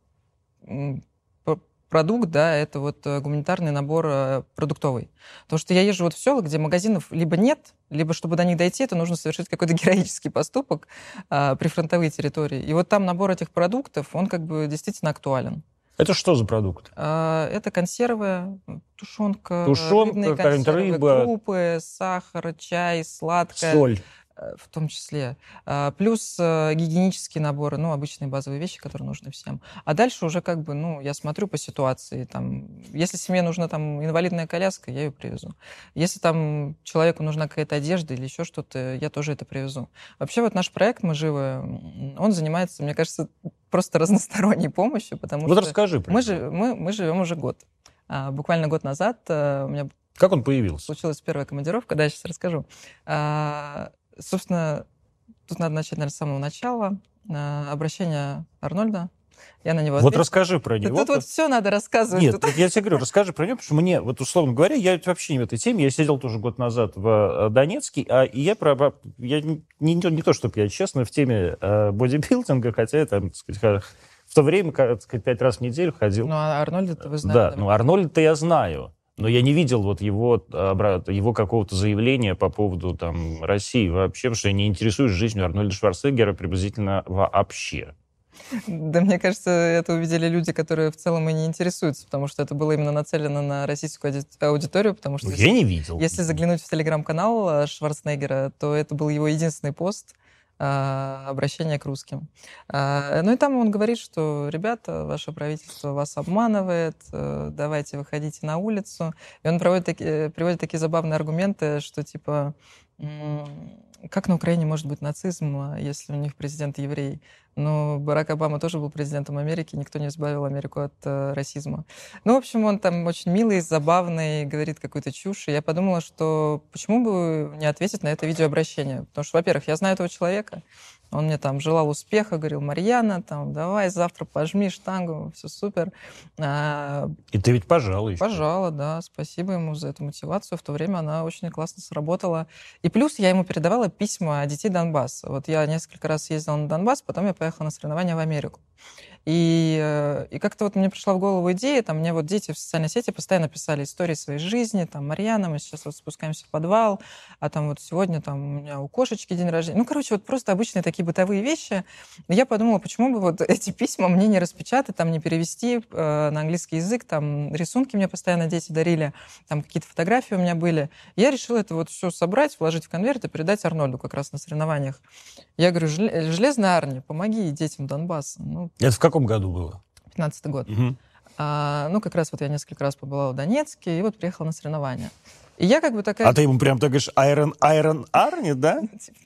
продукт, да, это вот гуманитарный набор продуктовый. Потому что я езжу вот в села, где магазинов либо нет, либо чтобы до них дойти, это нужно совершить какой-то героический поступок прифронтовые территории. И вот там набор этих продуктов, он как бы действительно актуален. Это что за продукт? Это консервы, тушенка, Тушенка, рыбные консервы, рыба, крупы, сахар, чай, сладкое. соль. В том числе. Плюс гигиенические наборы, ну, обычные базовые вещи, которые нужны всем. А дальше уже как бы, ну, я смотрю по ситуации. Там, если семье нужна там инвалидная коляска, я ее привезу. Если там человеку нужна какая-то одежда или еще что-то, я тоже это привезу. Вообще вот наш проект «Мы живы», он занимается, мне кажется, просто разносторонней помощью, потому вот что расскажи. Мы живем уже год. Буквально год назад у меня как он появился? Случилась первая командировка, да, я сейчас расскажу. Собственно, тут надо начать, наверное, с самого начала. Обращение Арнольда. Я на него Вот расскажи про него. Тут вот все надо рассказывать. Нет, я тебе говорю, расскажи про него, потому что мне, вот условно говоря, я вообще не в этой теме. Я сидел тоже год назад в Донецке, и я не то, чтобы я честно в теме бодибилдинга, хотя я там, так сказать, в то время, так сказать, 5 раз в неделю ходил. Ну, а Арнольда-то вы знаете. Да, ну Арнольда-то я знаю. Но я не видел вот его какого-то заявления по поводу там, России вообще, потому что я не интересуюсь жизнью Арнольда Шварценеггера приблизительно вообще. Да, мне кажется, это увидели люди, которые в целом и не интересуются, потому что это было именно нацелено на российскую аудиторию, потому что... Я не видел. Если заглянуть в телеграм-канал Шварценеггера, то это был его единственный пост, обращение к русским. Ну и там он говорит, что, ребята, ваше правительство вас обманывает, давайте выходите на улицу. И он приводит такие забавные аргументы, что типа, как на Украине может быть нацизм, если у них президент еврей? Но Барак Обама тоже был президентом Америки, никто не избавил Америку от расизма. Ну, в общем, он там очень милый, забавный, говорит какую-то чушь. И я подумала, что почему бы не ответить на это видеообращение? Потому что, во-первых, я знаю этого человека, он мне там желал успеха, говорил: Марьяна, там, давай завтра пожми штангу, все супер. И ты ведь пожала еще. Пожала, да. Спасибо ему за эту мотивацию. В то время она очень классно сработала. И плюс я ему передавала письма детей Донбасса. Вот я несколько раз ездила на Донбасс, потом я поехала на соревнования в Америку. И как-то вот мне пришла в голову идея, там мне вот дети в социальной сети постоянно писали истории своей жизни, там, Марьяна, мы сейчас вот спускаемся в подвал, а там вот сегодня там у меня у кошечки день рождения. Ну, короче, вот просто обычные такие бытовые вещи. И я подумала, почему бы вот эти письма мне не распечатать, там, не перевести на английский язык, там, рисунки мне постоянно дети дарили, там, какие-то фотографии у меня были. Я решила это вот все собрать, вложить в конверт и передать Арнольду как раз на соревнованиях. Я говорю: Железный Арни, помоги детям Донбасса. Ну, это в каком году было? 15-й год. Угу. Ну, как раз вот я несколько раз побывала в Донецке, и вот приехала на соревнования. И я как бы такая... А ты ему прям так говоришь: Iron Арни, да?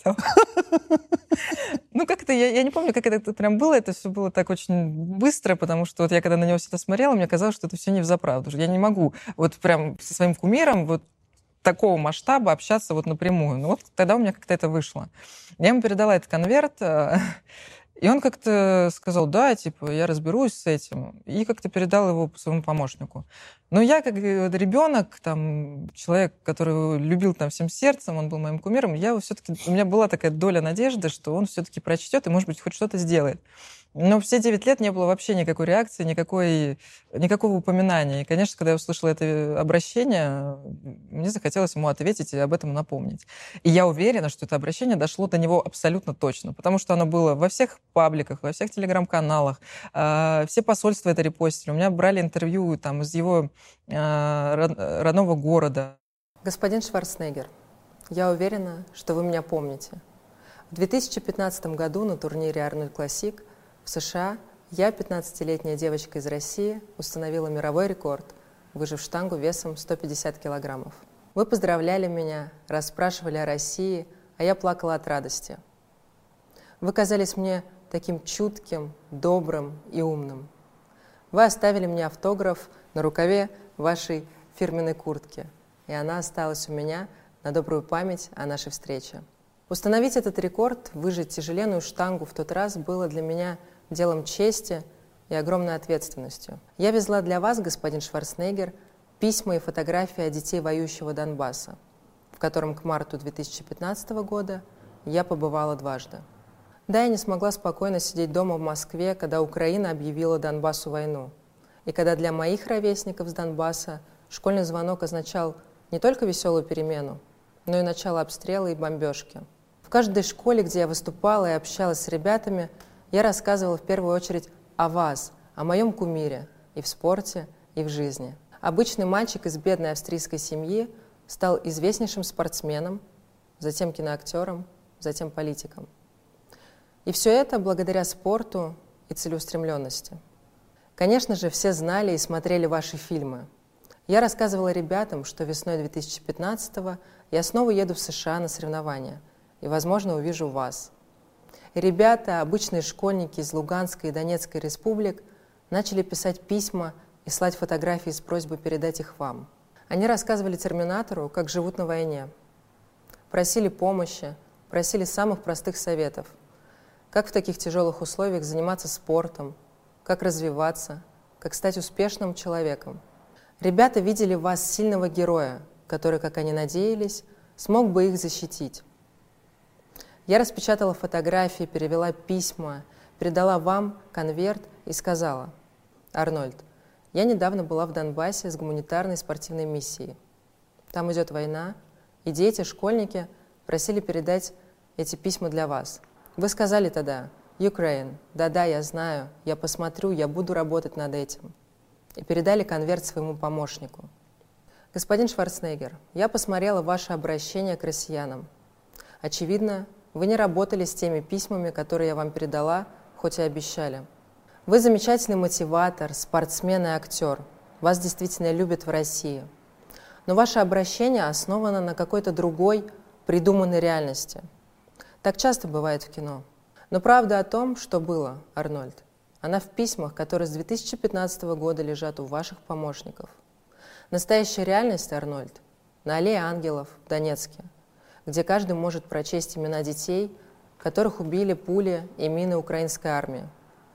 Ну, как-то, я не помню, как это прям было, это все было так очень быстро, потому что вот я когда на него все это смотрела, мне казалось, что это все не взаправду. Я не могу вот прям со своим кумиром вот такого масштаба общаться вот напрямую. Ну вот тогда у меня как-то это вышло. Я ему передала этот конверт, и он как-то сказал: да, типа, я разберусь с этим, и как-то передал его своему помощнику. Но я, как ребенок, там, человек, который любил там всем сердцем, он был моим кумиром, у меня была такая доля надежды, что он все-таки прочтет и, может быть, хоть что-то сделает. Но все 9 лет не было вообще никакой реакции, никакого упоминания. И, конечно, когда я услышала это обращение, мне захотелось ему ответить и об этом напомнить. И я уверена, что это обращение дошло до него абсолютно точно, потому что оно было во всех пабликах, во всех телеграм-каналах, все посольства это репостили. У меня брали интервью там из его родного города. Господин Шварценеггер, я уверена, что вы меня помните. В 2015 году на турнире «Арнольд Классик» в США я, 15-летняя девочка из России, установила мировой рекорд, выжив штангу весом 150 килограммов. Вы поздравляли меня, расспрашивали о России, а я плакала от радости. Вы казались мне таким чутким, добрым и умным. Вы оставили мне автограф на рукаве вашей фирменной куртке, и она осталась у меня на добрую память о нашей встрече. Установить этот рекорд, выжать тяжеленную штангу в тот раз было для меня делом чести и огромной ответственностью. Я везла для вас, господин Шварценеггер, письма и фотографии детей воюющего Донбасса, в котором к марту 2015 года я побывала дважды. Да, я не смогла спокойно сидеть дома в Москве, когда Украина объявила Донбассу войну, и когда для моих ровесников с Донбасса школьный звонок означал не только веселую перемену, но и начало обстрела и бомбежки. В каждой школе, где я выступала и общалась с ребятами, я рассказывала в первую очередь о вас, о моем кумире и в спорте, и в жизни. Обычный мальчик из бедной австрийской семьи стал известнейшим спортсменом, затем киноактером, затем политиком. И все это благодаря спорту и целеустремленности. Конечно же, все знали и смотрели ваши фильмы. Я рассказывала ребятам, что весной 2015-го я снова еду в США на соревнования и, возможно, увижу вас. И ребята, обычные школьники из Луганской и Донецкой республик, начали писать письма и слать фотографии с просьбой передать их вам. Они рассказывали терминатору, как живут на войне. Просили помощи, просили самых простых советов. Как в таких тяжелых условиях заниматься спортом, как развиваться, как стать успешным человеком. Ребята видели в вас сильного героя, который, как они надеялись, смог бы их защитить. Я распечатала фотографии, перевела письма, передала вам конверт и сказала: «Арнольд, я недавно была в Донбассе с гуманитарной спортивной миссией. Там идет война, и дети, школьники просили передать эти письма для вас. Вы сказали тогда: Ukraine, да-да, я знаю, я посмотрю, я буду работать над этим». И передали конверт своему помощнику. Господин Шварценеггер, я посмотрела ваше обращение к россиянам. Очевидно, вы не работали с теми письмами, которые я вам передала, хоть и обещали. Вы замечательный мотиватор, спортсмен и актер. Вас действительно любят в России. Но ваше обращение основано на какой-то другой, придуманной реальности. Так часто бывает в кино. Но правда о том, что было, Арнольд, она в письмах, которые с 2015 года лежат у ваших помощников. Настоящая реальность, Арнольд, на Аллее Ангелов в Донецке, где каждый может прочесть имена детей, которых убили пули и мины украинской армии.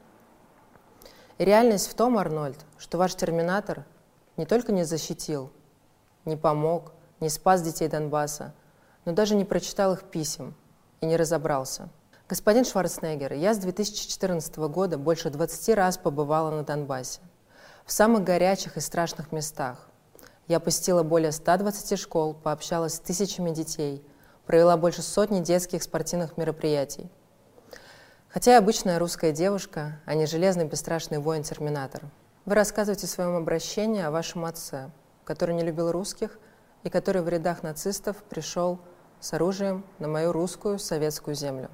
И реальность в том, Арнольд, что ваш терминатор не только не защитил, не помог, не спас детей Донбасса, но даже не прочитал их писем и не разобрался. Господин Шварценеггер, я с 2014 года больше 20 раз побывала на Донбассе, в самых горячих и страшных местах. Я посетила более 120 школ, пообщалась с тысячами детей, провела больше сотни детских спортивных мероприятий. Хотя я обычная русская девушка, а не железный бесстрашный воин-терминатор. Вы рассказываете в своем обращении о вашем отце, который не любил русских и который в рядах нацистов пришел с оружием на мою русскую советскую землю.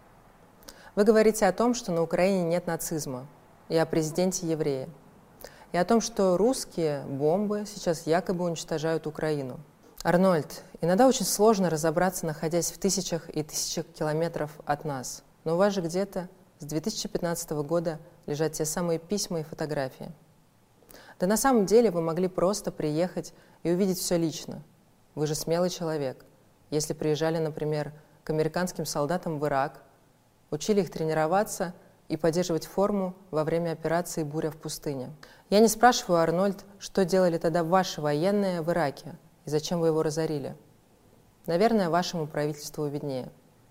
Вы говорите о том, что на Украине нет нацизма, и о президенте еврея, и о том, что русские бомбы сейчас якобы уничтожают Украину. Арнольд, иногда очень сложно разобраться, находясь в тысячах и тысячах километров от нас, но у вас же где-то с 2015 года лежат те самые письма и фотографии. Да на самом деле вы могли просто приехать и увидеть все лично. Вы же смелый человек. Если приезжали, например, к американским солдатам в Ирак, учили их тренироваться и поддерживать форму во время операции «Буря в пустыне». Я не спрашиваю, Арнольд, что делали тогда ваши военные в Ираке и зачем вы его разорили. Наверное, вашему правительству виднее.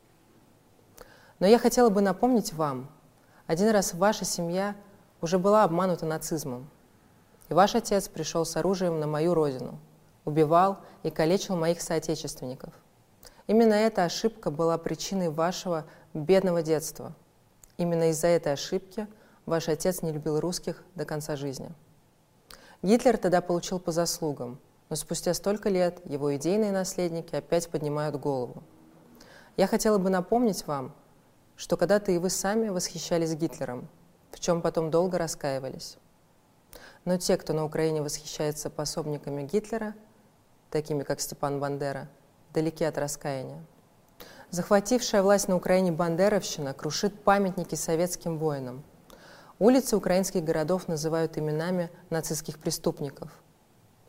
Но я хотела бы напомнить вам, один раз ваша семья уже была обманута нацизмом, и ваш отец пришел с оружием на мою родину, убивал и калечил моих соотечественников. Именно эта ошибка была причиной вашего бедного детства. Именно из-за этой ошибки ваш отец не любил русских до конца жизни. Гитлер тогда получил по заслугам, но спустя столько лет его идейные наследники опять поднимают голову. Я хотела бы напомнить вам, что когда-то и вы сами восхищались Гитлером, в чем потом долго раскаивались. Но те, кто на Украине восхищается пособниками Гитлера, такими как Степан Бандера, далеки от раскаяния. Захватившая власть на Украине бандеровщина крушит памятники советским воинам. Улицы украинских городов называют именами нацистских преступников.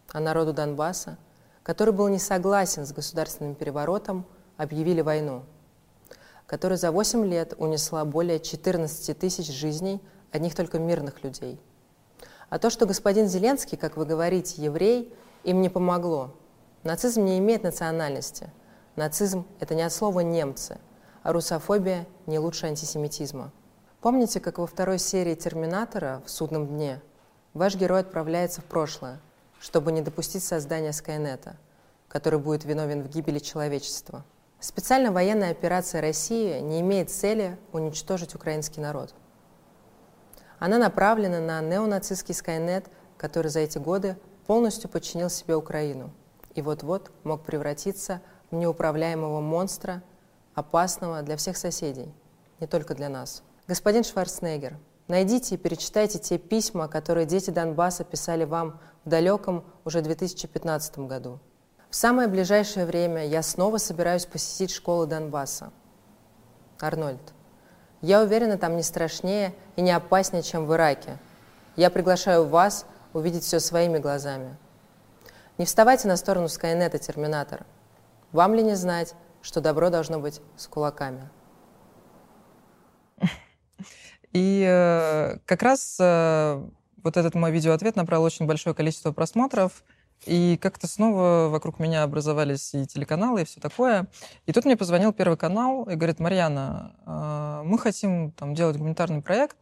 а народу Донбасса, который был не согласен с государственным переворотом, объявили войну, которая за 8 лет унесла более 14 тысяч жизней одних только мирных людей. А то, что господин Зеленский, как вы говорите, еврей, им не помогло. Нацизм не имеет национальности. Нацизм – это не от слова «немцы», а русофобия не лучше антисемитизма. Помните, как во второй серии «Терминатора» в «Судном дне» ваш герой отправляется в прошлое, чтобы не допустить создания Скайнета, который будет виновен в гибели человечества? Специальная военная операция России не имеет цели уничтожить украинский народ. Она направлена на неонацистский Скайнет, который за эти годы полностью подчинил себе Украину и вот-вот мог превратиться в неуправляемого монстра, опасного для всех соседей, не только для нас. Господин Шварценеггер, найдите и перечитайте те письма, которые дети Донбасса писали вам в далеком уже 2015 году. В самое ближайшее время я снова собираюсь посетить школы Донбасса. Арнольд, я уверена, там не страшнее и не опаснее, чем в Ираке. Я приглашаю вас увидеть все своими глазами. Не вставайте на сторону Скайнета, Терминатор. Вам ли не знать, что добро должно быть с кулаками? И как раз вот этот мой видеоответ набрал очень большое количество просмотров, и как-то снова вокруг меня образовались и телеканалы, и все такое. И тут мне позвонил Первый канал и говорит: Марьяна, мы хотим там делать гуманитарный проект,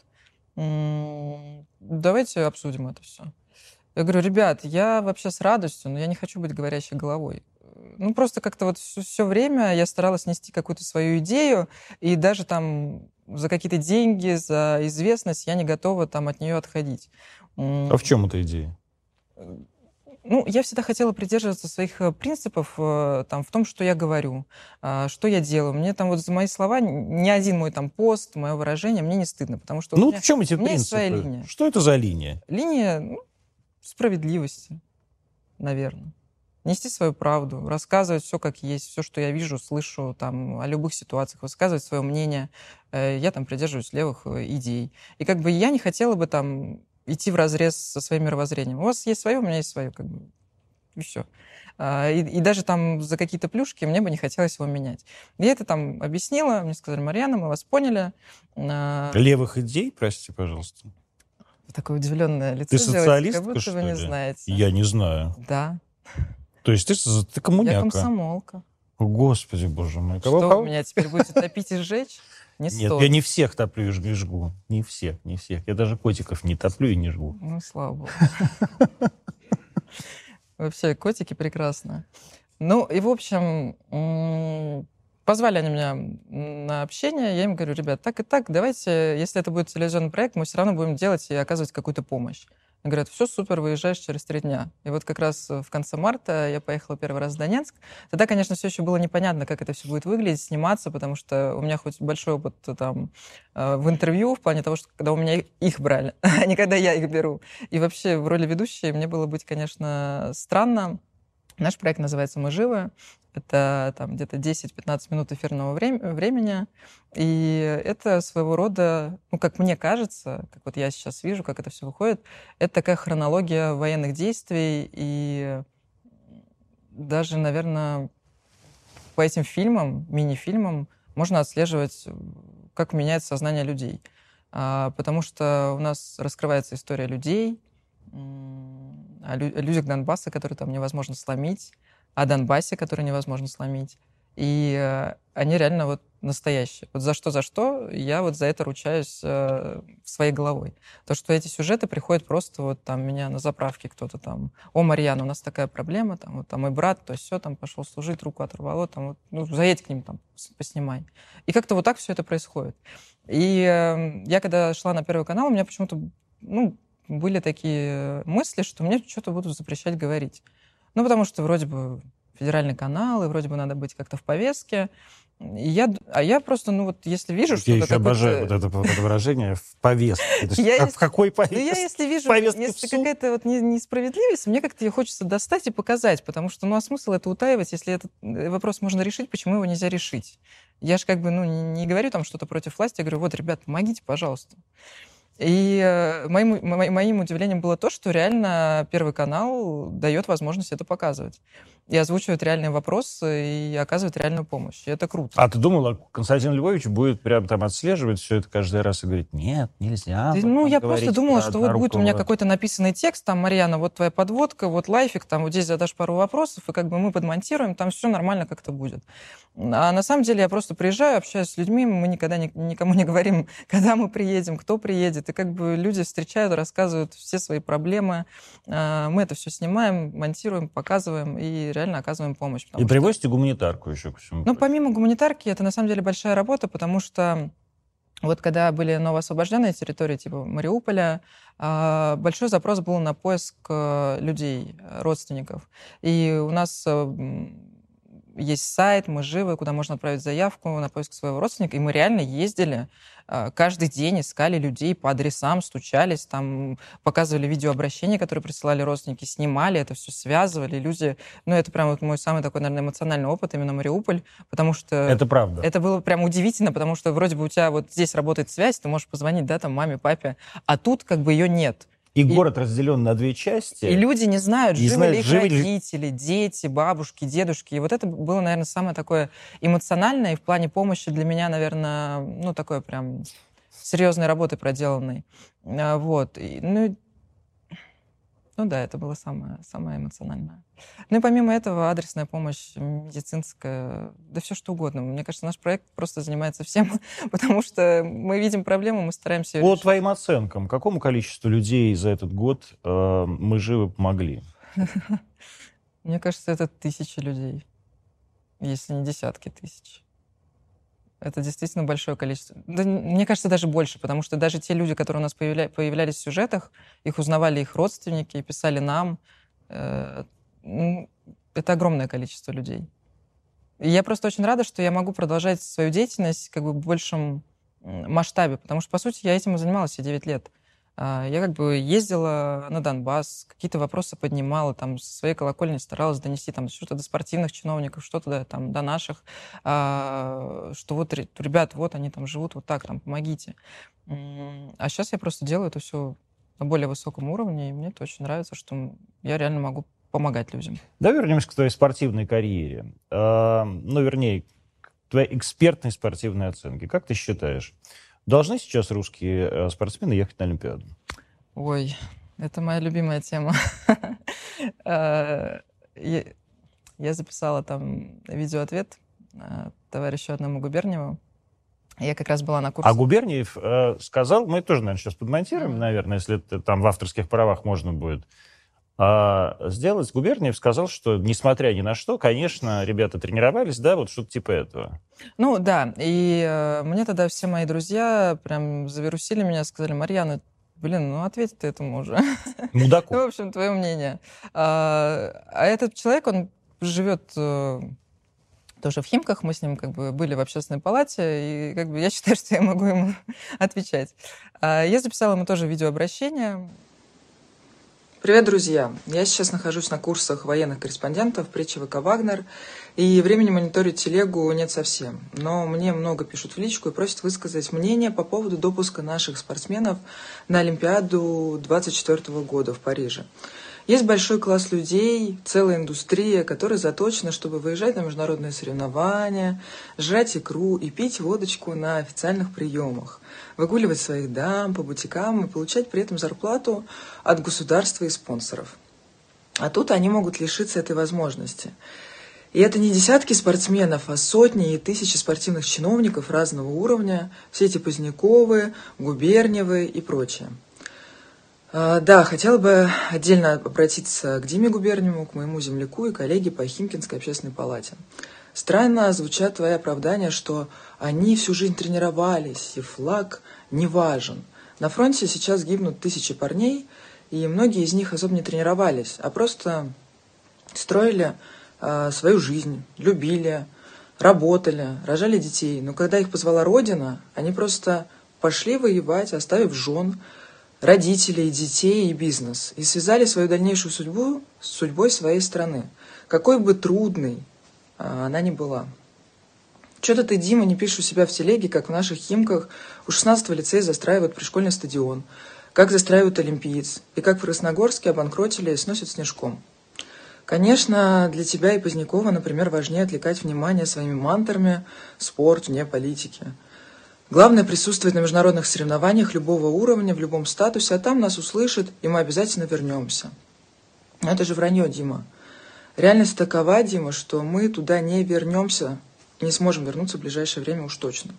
давайте обсудим это все. Я говорю: ребят, я вообще с радостью, но я не хочу быть говорящей головой. Ну, просто как-то вот все время я старалась нести какую-то свою идею, и даже там за какие-то деньги, за известность я не готова там от нее отходить. А в чем эта идея? Ну, я всегда хотела придерживаться своих принципов там, в том, что я говорю, что я делаю. Мне там вот за мои слова ни один мой там пост, мое выражение, мне не стыдно, потому что Ну, в чем эти у меня есть своя принципы? линия. Что это за линия? Линия справедливости, наверное. Нести свою правду, рассказывать все как есть, все, что я вижу, слышу там о любых ситуациях, высказывать свое мнение. Я там придерживаюсь левых идей. И как бы я не хотела бы там идти вразрез со своим мировоззрением. У вас есть свое, у меня есть свое, как бы, и все. И даже там за какие-то плюшки мне бы не хотелось его менять. Я это там объяснила, мне сказали: Марьяна, мы вас поняли. Левых идей, простите, пожалуйста. Такое удивленное лицо Ты делаете, социалистка, как будто что вы не ли? знаете. Я не знаю. Да. То есть ты коммуняка. Я комсомолка. Господи, боже мой. Что, вы меня теперь будете топить и сжечь? Не Нет, стоит. я не всех топлю и жгу. Не всех. Я даже котиков не топлю и не жгу. Ну, слава богу. Вообще, котики прекрасно. Ну, и, в общем, позвали они меня на общение. Я им говорю: ребят, так и так, давайте, если это будет телевизионный проект, мы все равно будем делать и оказывать какую-то помощь. Они говорят: все супер, выезжаешь через 3 дня. И вот как раз в конце марта я поехала первый раз в Донецк. Тогда, конечно, все еще было непонятно, как это все будет выглядеть, сниматься, потому что у меня хоть большой опыт там в интервью, в плане того, что когда у меня их брали, а не когда я их беру. И вообще в роли ведущей мне было быть, конечно, странно. Наш проект называется «Мы живы». Это там где-то 10-15 минут эфирного времени. И это своего рода, ну, как мне кажется, как вот я сейчас вижу, как это все выходит, это такая хронология военных действий. И даже, наверное, по этим фильмам, мини-фильмам, можно отслеживать, как меняется сознание людей. Потому что у нас раскрывается история людей, о людях Донбасса, которые там невозможно сломить, о Донбассе, который невозможно сломить. И они реально вот настоящие. Вот за что, я вот за это ручаюсь своей головой. То, что эти сюжеты приходят просто вот там меня на заправке кто-то там: о, Марьяна, у нас такая проблема, там, вот там мой брат, то есть все, там пошел служить, руку оторвало, там, вот, ну, заедь к ним, там, поснимай. И как-то вот так все это происходит. И я когда шла на Первый канал, у меня почему-то, ну, были такие мысли, что мне что-то будут запрещать говорить. Ну, потому что вроде бы федеральный канал, и вроде бы надо быть как-то в повестке. И я просто, ну вот, если вижу, что... Я еще обожаю вот это выражение «в повестке». В какой повестке? Ну, я если вижу, если какая-то вот несправедливость, мне как-то ее хочется достать и показать, потому что, ну, а смысл это утаивать, если этот вопрос можно решить, почему его нельзя решить? Я же как бы, ну, не говорю там что-то против власти, я говорю: вот, ребят, помогите, пожалуйста. И моим удивлением было то, что реально Первый канал дает возможность это показывать. И озвучивает реальные вопросы, и оказывает реальную помощь. И это круто. А ты думала, Константин Львович будет прям там отслеживать все это каждый раз и говорить, нет, нельзя. Я просто думала, что вот будет у меня какой-то написанный текст, там, Марьяна, вот твоя подводка, вот лайфик, там вот здесь задашь пару вопросов, и как бы мы подмонтируем, там все нормально как-то будет. А на самом деле я просто приезжаю, общаюсь с людьми, мы никогда никому не говорим, когда мы приедем, кто приедет, и как бы люди встречают, рассказывают все свои проблемы, мы это все снимаем, монтируем, показываем и реально оказываем помощь. И привозите гуманитарку еще к всему. Ну, помимо гуманитарки, это на самом деле большая работа, потому что вот когда были новоосвобожденные территории типа Мариуполя, большой запрос был на поиск людей, родственников. И у нас есть сайт «Мы живы», куда можно отправить заявку на поиск своего родственника. И мы реально ездили каждый день, искали людей по адресам, стучались, там показывали видеообращения, которые присылали родственники, снимали это все, связывали. Люди... это прям вот мой самый такой, наверное, эмоциональный опыт, именно Мариуполь, потому что... Это правда. Это было прям удивительно, потому что вроде бы у тебя вот здесь работает связь, ты можешь позвонить, да, там, маме, папе, а тут как бы ее нет. И город разделен на две части. И люди не знают, живы ли их родители, дети, бабушки, дедушки. И вот это было, наверное, самое такое эмоциональное и в плане помощи для меня, наверное, такое прям серьезной работы проделанной. Вот. Да, это было самое эмоциональное. И помимо этого адресная помощь, медицинская, да все что угодно. Мне кажется, наш проект просто занимается всем, потому что мы видим проблему, мы стараемся ее решить. По твоим оценкам, какому количеству людей за этот год «Мы живы» помогли? Мне кажется, это 1000 людей, если не десятки тысяч. Это действительно большое количество. Да, мне кажется, даже больше, потому что даже те люди, которые у нас появлялись в сюжетах, их узнавали их родственники, писали нам. Это огромное количество людей. И я просто очень рада, что я могу продолжать свою деятельность как бы в большем масштабе, потому что, по сути, я этим и занималась все 9 лет. Я как бы ездила на Донбасс, какие-то вопросы поднимала, там, со своей колокольни старалась донести там что-то до спортивных чиновников, что-то до наших, что вот, ребят, вот они там живут вот так, там, помогите. А сейчас я просто делаю это все на более высоком уровне, и мне это очень нравится, что я реально могу помогать людям. Да, вернемся к твоей спортивной карьере. Вернее, к твоей экспертной спортивной оценке. Как ты считаешь, должны сейчас русские спортсмены ехать на Олимпиаду? Ой, это моя любимая тема. Я записала там видеоответ товарищу одному Губерниеву. Я как раз была на курсе. А Губерниев сказал, мы тоже, наверное, сейчас подмонтируем, наверное, если это там в авторских правах можно будет сделать. Губерниев сказал, что, несмотря ни на что, конечно, ребята тренировались, да, вот что-то типа этого. Да, и мне тогда все мои друзья прям завирусили меня, сказали: Марьяна, ответь ты этому уже. Мудаку. В общем, твое мнение. А этот человек, он живет тоже в Химках, мы с ним как бы были в общественной палате, и как бы я считаю, что я могу ему отвечать. Я записала ему тоже видеообращение. Привет, друзья! Я сейчас нахожусь на курсах военных корреспондентов при ЧВК «Вагнер», и времени мониторить телегу нет совсем. Но мне много пишут в личку и просят высказать мнение по поводу допуска наших спортсменов на Олимпиаду 2024 года в Париже. Есть большой класс людей, целая индустрия, которая заточена, чтобы выезжать на международные соревнования, жрать икру и пить водочку на официальных приемах, выгуливать своих дам по бутикам и получать при этом зарплату от государства и спонсоров. А тут они могут лишиться этой возможности. И это не десятки спортсменов, а сотни и тысячи спортивных чиновников разного уровня, все эти Поздняковы, Губерниевы и прочее. Да, хотела бы отдельно обратиться к Диме Губерниеву, к моему земляку и коллеге по Химкинской общественной палате. Странно звучат твои оправдания, что они всю жизнь тренировались, и флаг не важен. На фронте сейчас гибнут тысячи парней, и многие из них особо не тренировались, а просто строили свою жизнь, любили, работали, рожали детей. Но когда их позвала Родина, они просто пошли воевать, оставив жен, родителей, детей и бизнес, и связали свою дальнейшую судьбу с судьбой своей страны, какой бы трудной она ни была. Что-то ты, Дима, не пишешь у себя в телеге, как в наших Химках у 16-го лицея застраивают пришкольный стадион, как застраивают олимпиец, и как в Красногорске обанкротили и сносят снежком. Конечно, для тебя и Позднякова, например, важнее отвлекать внимание своими мантрами «спорт вне политики». Главное присутствовать на международных соревнованиях любого уровня, в любом статусе, а там нас услышат, и мы обязательно вернемся. Но это же вранье, Дима. Реальность такова, Дима, что мы туда не вернемся, и не сможем вернуться в ближайшее время уж точно.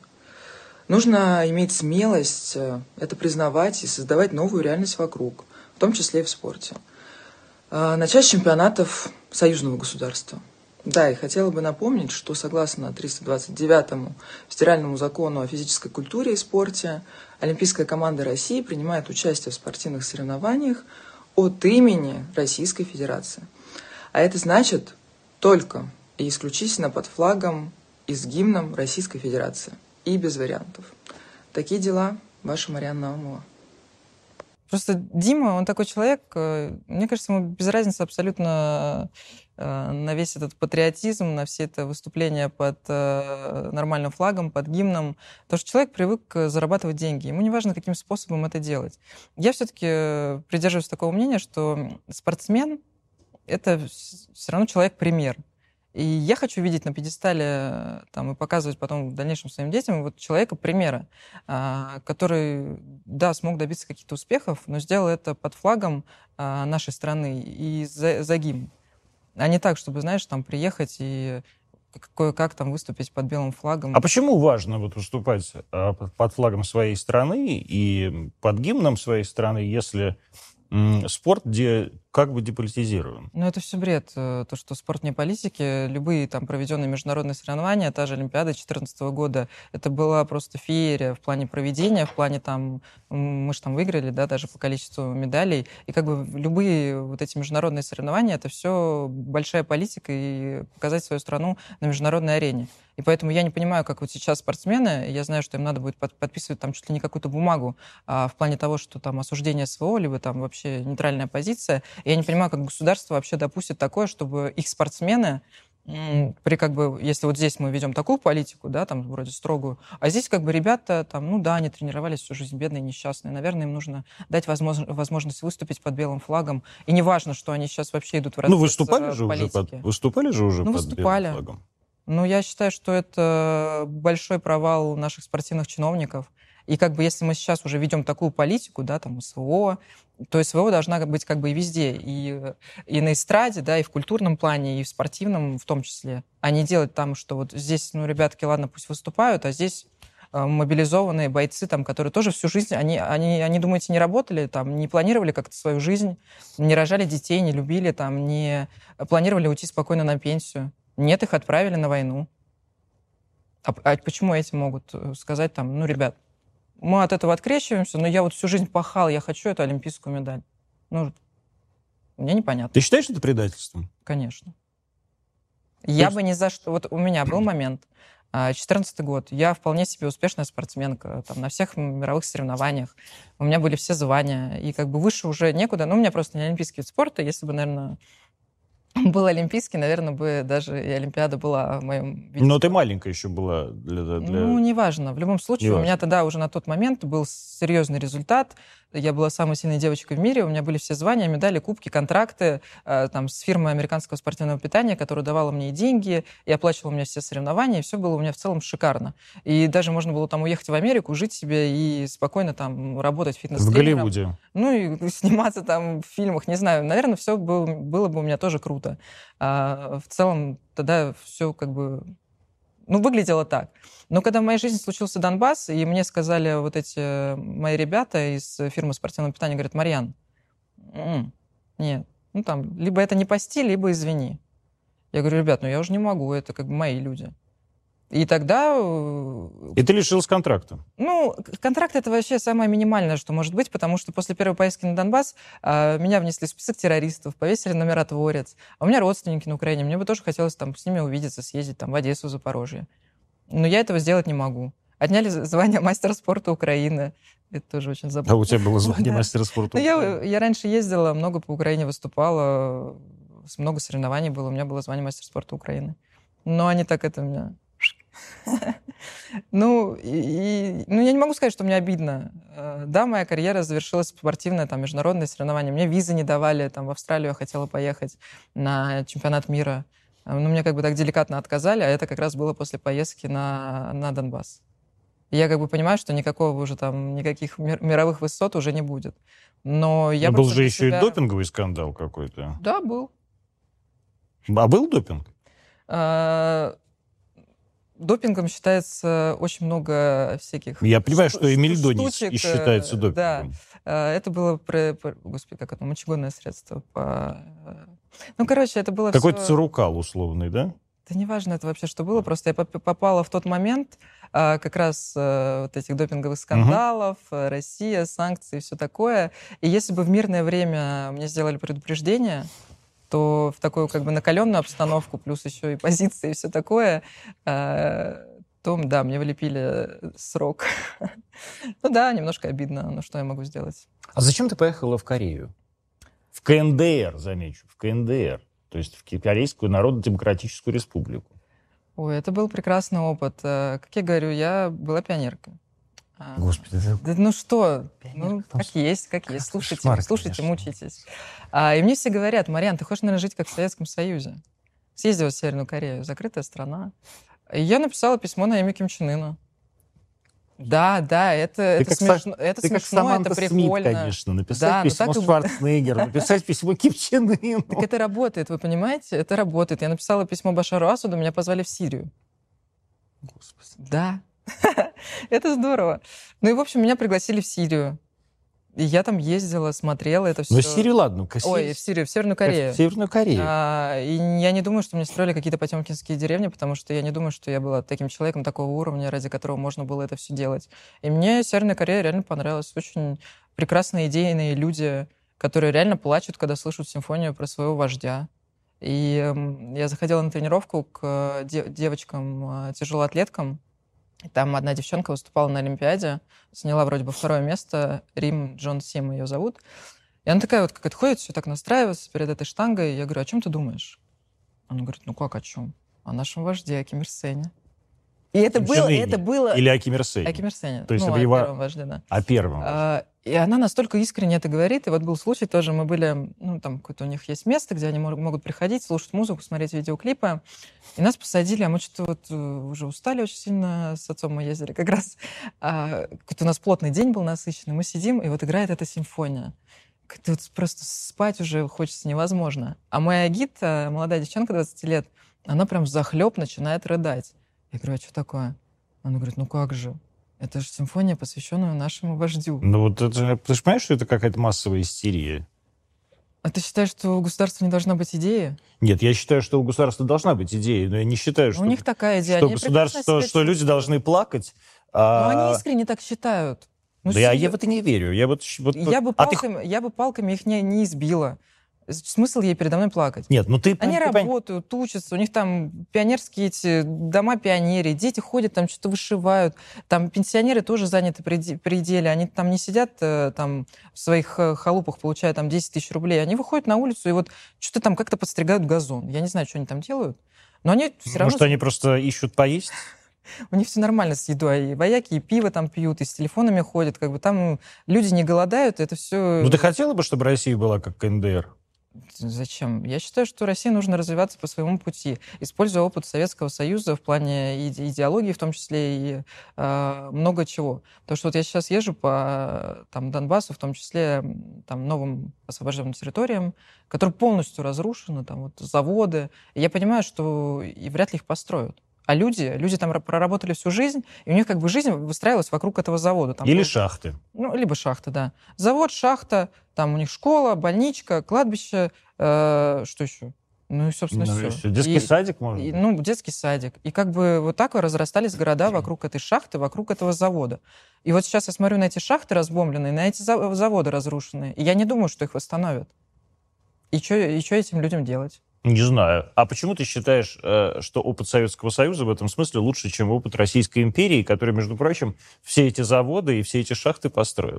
Нужно иметь смелость это признавать и создавать новую реальность вокруг, в том числе и в спорте. Начать с чемпионатов союзного государства. Да, и хотела бы напомнить, что согласно 329-му Федеральному закону о физической культуре и спорте, Олимпийская команда России принимает участие в спортивных соревнованиях от имени Российской Федерации. А это значит только и исключительно под флагом и с гимном Российской Федерации. И без вариантов. Такие дела, ваша Марьяна Наумова. Просто Дима, он такой человек, мне кажется, ему без разницы абсолютно на весь этот патриотизм, на все это выступление под нормальным флагом, под гимном. Потому что человек привык зарабатывать деньги. Ему не важно, каким способом это делать. Я все-таки придерживаюсь такого мнения, что спортсмен — это все равно человек-пример. И я хочу видеть на пьедестале там, и показывать потом в дальнейшем своим детям вот человека-примера, который, да, смог добиться каких-то успехов, но сделал это под флагом нашей страны и за гимн. А не так, чтобы, знаешь, там приехать и кое-как там выступить под белым флагом. А почему важно вот выступать под флагом своей страны и под гимном своей страны, если спорт как бы деполитизирован? Ну, это все бред. То, что спорт не политики, любые там проведенные международные соревнования, та же Олимпиада 2014 года, это была просто феерия в плане проведения, в плане там, мы же там выиграли, да, даже по количеству медалей. И как бы любые вот эти международные соревнования, это все большая политика и показать свою страну на международной арене. И поэтому я не понимаю, как вот сейчас спортсмены, я знаю, что им надо будет подписывать там чуть ли не какую-то бумагу в плане того, что там осуждение СВО, либо там вообще нейтральная позиция. И я не понимаю, как государство вообще допустит такое, чтобы их спортсмены при как бы, если вот здесь мы ведем такую политику, да, там вроде строгую, а здесь как бы ребята там, ну да, они тренировались всю жизнь, бедные, несчастные, наверное, им нужно дать возможность выступить под белым флагом. И не важно, что они сейчас вообще идут в разрез выступали же политики. Выступали же уже под выступали. белым флагом? Ну, я считаю, что это большой провал наших спортивных чиновников. И как бы если мы сейчас уже ведем такую политику, да, там СВО, то СВО должна быть как бы и везде, и на эстраде, да, и в культурном плане, и в спортивном в том числе. А не делать там, что вот здесь, ну, ребятки, ладно, пусть выступают, а здесь мобилизованные бойцы, там, которые тоже всю жизнь, они, думаете, не работали, там, не планировали как-то свою жизнь, не рожали детей, не любили, там, не планировали уйти спокойно на пенсию. Нет, их отправили на войну. А почему эти могут сказать там, ну, ребят, мы от этого открещиваемся, но я вот всю жизнь пахал, я хочу эту олимпийскую медаль. Ну, мне непонятно. Ты считаешь это предательством? Конечно. Я бы ни за что... Вот у меня был момент, 2014 год, я вполне себе успешная спортсменка, там, на всех мировых соревнованиях, у меня были все звания, и как бы выше уже некуда, ну, у меня просто не олимпийский вид спорта, если бы, наверное, был олимпийский, наверное, бы даже и Олимпиада была в моем виде. Но ты маленькая еще была для... Ну, неважно. В любом случае, у меня тогда уже на тот момент был серьезный результат. Я была самой сильной девочкой в мире, у меня были все звания, медали, кубки, контракты там, с фирмой американского спортивного питания, которая давала мне деньги и оплачивала мне все соревнования, и все было у меня в целом шикарно. И даже можно было там уехать в Америку, жить себе и спокойно там работать фитнес-тренером. В Голливуде. Ну, и сниматься там в фильмах, не знаю. Наверное, все было бы у меня тоже круто. В целом тогда все как бы... Ну, выглядело так. Но когда в моей жизни случился Донбасс, и мне сказали вот эти мои ребята из фирмы спортивного питания, говорят, Марьян, нет, ну там, либо это не пости, либо извини. Я говорю, ребят, ну я уже не могу, это как бы мои люди. И тогда... И ты лишилась контракта? Ну, контракт — это вообще самое минимальное, что может быть, потому что после первой поездки на Донбасс меня внесли в список террористов, повесили на миротворец. А у меня родственники на Украине, мне бы тоже хотелось там с ними увидеться, съездить там в Одессу, в Запорожье. Но я этого сделать не могу. Отняли звание мастера спорта Украины. Это тоже очень забавно. А у тебя было звание мастера спорта Украины? Я раньше ездила, много по Украине выступала, много соревнований было, у меня было звание мастера спорта Украины. Но они так это меня... Ну, я не могу сказать, что мне обидно. Да, моя карьера завершилась спортивное, там, международное соревнование. Мне визы не давали, там, в Австралию я хотела поехать на чемпионат мира. Но мне как бы так деликатно отказали, а это как раз было после поездки на Донбасс. И я как бы понимаю, что никаких мировых высот уже не будет. Но я Был просто же для еще себя... и допинговый скандал какой-то. Да, был. А был допинг? Допингом считается очень много всяких Я понимаю, что Эмиль Донец штучек, и считается да. допингом. Это было господи, как это, мочегонное средство. Ну, короче, это было Какой-то все... цирукал условный, да? Да неважно это вообще, что было, просто я попала в тот момент как раз вот этих допинговых скандалов, Россия, санкции и все такое. И если бы в мирное время мне сделали предупреждение, то в такую как бы накаленную обстановку, плюс еще и позиции и все такое, то, да, мне влепили срок. Ну да, немножко обидно, но что я могу сделать? А зачем ты поехала в Корею? В КНДР, замечу, в КНДР. То есть в Корейскую Народно-Демократическую Республику. Ой, это был прекрасный опыт. Как я говорю, я была пионеркой. Господи, да, ну что, Пионерка, как есть. Слушайте, кошмар, слушайте, конечно. мучайтесь. И мне все говорят: Марьян, ты хочешь, наверное, жить как в Советском Союзе. Съездила в Северную Корею, закрытая страна. И я написала письмо на имя Ким Чен Ына. Да, это смешно, это прикольно. Конечно, написать Да, письмо Шварценеггеру, написать письмо Ким Чен Ыну. Так это работает, вы понимаете? Это работает. Я написала письмо Башару Асаду, меня позвали в Сирию. Господи. Да. Это здорово. Ну и, в общем, меня пригласили в Сирию. И я там ездила, смотрела это все. Ну, в Сирию, ладно. Ой, в Сирию, в Северную Корею. В Северную Корею. И я не думаю, что мне строили какие-то потемкинские деревни, потому что я не думаю, что я была таким человеком такого уровня, ради которого можно было это все делать. И мне Северная Корея реально понравилась. Очень прекрасные идейные люди, которые реально плачут, когда слышат симфонию про своего вождя. И я заходила на тренировку к девочкам-тяжелоатлеткам. Там одна девчонка выступала на Олимпиаде, заняла вроде бы 2 место, Рим Джон Сим ее зовут. И она такая вот как отходит, все так настраивается перед этой штангой. Я говорю: о чем ты думаешь? Она говорит: ну как о чем? О нашем вожде, о Ким Ир Сене. И это было... Или о Ким Ир Сене? О Ким Ир Сене. То есть о его... первом вожде, да. О первом. И она настолько искренне это говорит. И вот был случай тоже, мы были... Ну, там какое-то у них есть место, где они могут приходить, слушать музыку, смотреть видеоклипы. И нас посадили, а мы что-то вот уже устали очень сильно. С отцом мы ездили как раз. Какой-то у нас плотный день был насыщенный. Мы сидим, и вот играет эта симфония. Как-то вот просто спать уже хочется невозможно. А моя гид, молодая девчонка, 20 лет, она прям взахлеб начинает рыдать. Я говорю: а что такое? Она говорит: ну как же? Это же симфония, посвященная нашему вождю. Ну вот это же... Ты же понимаешь, что это какая-то массовая истерия? А ты считаешь, что у государства не должна быть идеи? Нет, я считаю, что у государства должна быть идея, но я не считаю, что... У них такая идея. Что государство, что люди должны плакать. Но они искренне так считают. Ну, да я в это не верю. Я бы палками их не избила. Смысл ей передо мной плакать? Нет, ну ты... Они работают, учатся, у них там пионерские эти дома пионерии, дети ходят, там что-то вышивают, там пенсионеры тоже заняты при деле, они там не сидят там в своих халупах, получая там 10 тысяч рублей, они выходят на улицу и вот что-то там как-то подстригают газон. Я не знаю, что они там делают, но они все равно... Может, они просто ищут поесть? У них все нормально с едой. И вояки, и пиво там пьют, и с телефонами ходят. Как бы там люди не голодают, это все... Ну ты хотела бы, чтобы Россия была как КНДР? Зачем? Я считаю, что России нужно развиваться по своему пути, используя опыт Советского Союза в плане идеологии, в том числе и много чего. Потому что вот я сейчас езжу по Донбассу, в том числе там, новым освобожденным территориям, которые полностью разрушены, там вот заводы. И я понимаю, что и вряд ли их построят. А люди там проработали всю жизнь, и у них как бы жизнь выстраивалась вокруг этого завода. Там или шахты. Ну, либо шахта, да. Завод, шахта, там у них школа, больничка, кладбище, что еще? Ну и, собственно, все. Детский садик, может быть? Ну, детский садик. И как бы вот так разрастались города вокруг этой шахты, вокруг этого завода. И вот сейчас я смотрю на эти шахты разбомбленные, на эти заводы разрушенные, и я не думаю, что их восстановят. И что этим людям делать? Не знаю. А почему ты считаешь, что опыт Советского Союза в этом смысле лучше, чем опыт Российской империи, которая, между прочим, все эти заводы и все эти шахты построила?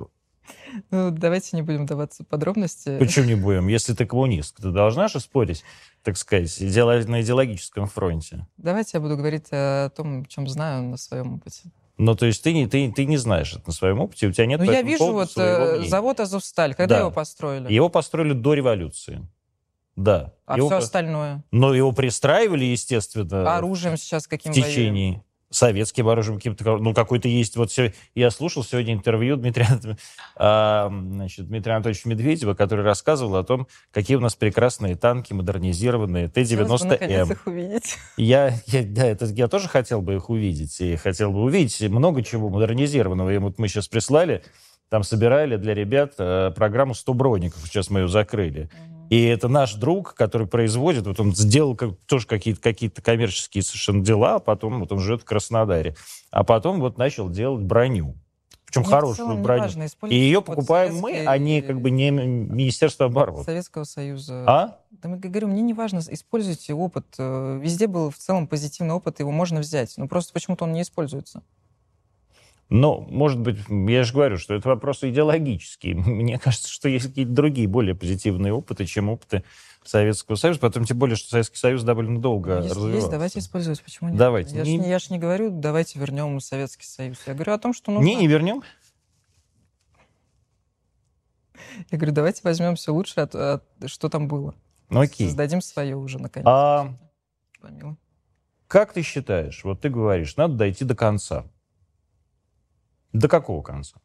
Ну, давайте не будем даваться в подробности. Почему не будем? Если ты коммунист, ты должна же спорить, так сказать, на идеологическом фронте. Давайте я буду говорить о том, о чем знаю на своем опыте. Ну, то есть ты не знаешь это на своем опыте, у тебя нет Ну, по я этому вижу поводу вот своего мнения. завод «Азовсталь». Когда Да. его построили? Его построили до революции. Да. А Его все по- остальное? Но его пристраивали, естественно, Оружием сейчас каким в воюем? течение советским оружием каким-то, ну, какой-то есть. Вот я слушал сегодня интервью Дмитрия Анатольевича Медведева, который рассказывал о том, какие у нас прекрасные танки, модернизированные Хотелось бы наконец Т-90М. их увидеть. Я тоже хотел бы их увидеть, и хотел бы увидеть много чего модернизированного. И вот мы сейчас прислали, там собирали для ребят программу 100 броников, сейчас мы ее закрыли. И это наш друг, который производит, вот он сделал тоже какие-то коммерческие совершенно дела, а потом вот он живет в Краснодаре, а потом вот начал делать броню. Причем Мне в хорошую целом броню. неважно, И использовать ее опыт покупаем мы, а не не Министерство обороны. Советского Союза. А? Да, я говорю, мне не важно, используйте опыт. Везде был в целом позитивный опыт, его можно взять. Но просто почему-то он не используется. Но, может быть, я же говорю, что это вопросы идеологические. Мне кажется, что есть какие-то другие, более позитивные опыты, чем опыты Советского Союза. Потом, тем более, что Советский Союз довольно долго Если развивался. есть, давайте использовать. Почему нет? Давайте. Я ж не говорю, давайте вернем Советский Союз. Я говорю о том, что нужно... Не вернем. Я говорю, давайте возьмем все лучшее, что там было. Ну, окей. Создадим свое уже, наконец. Помилуй. Как ты считаешь, вот ты говоришь, надо дойти до конца. До какого конца?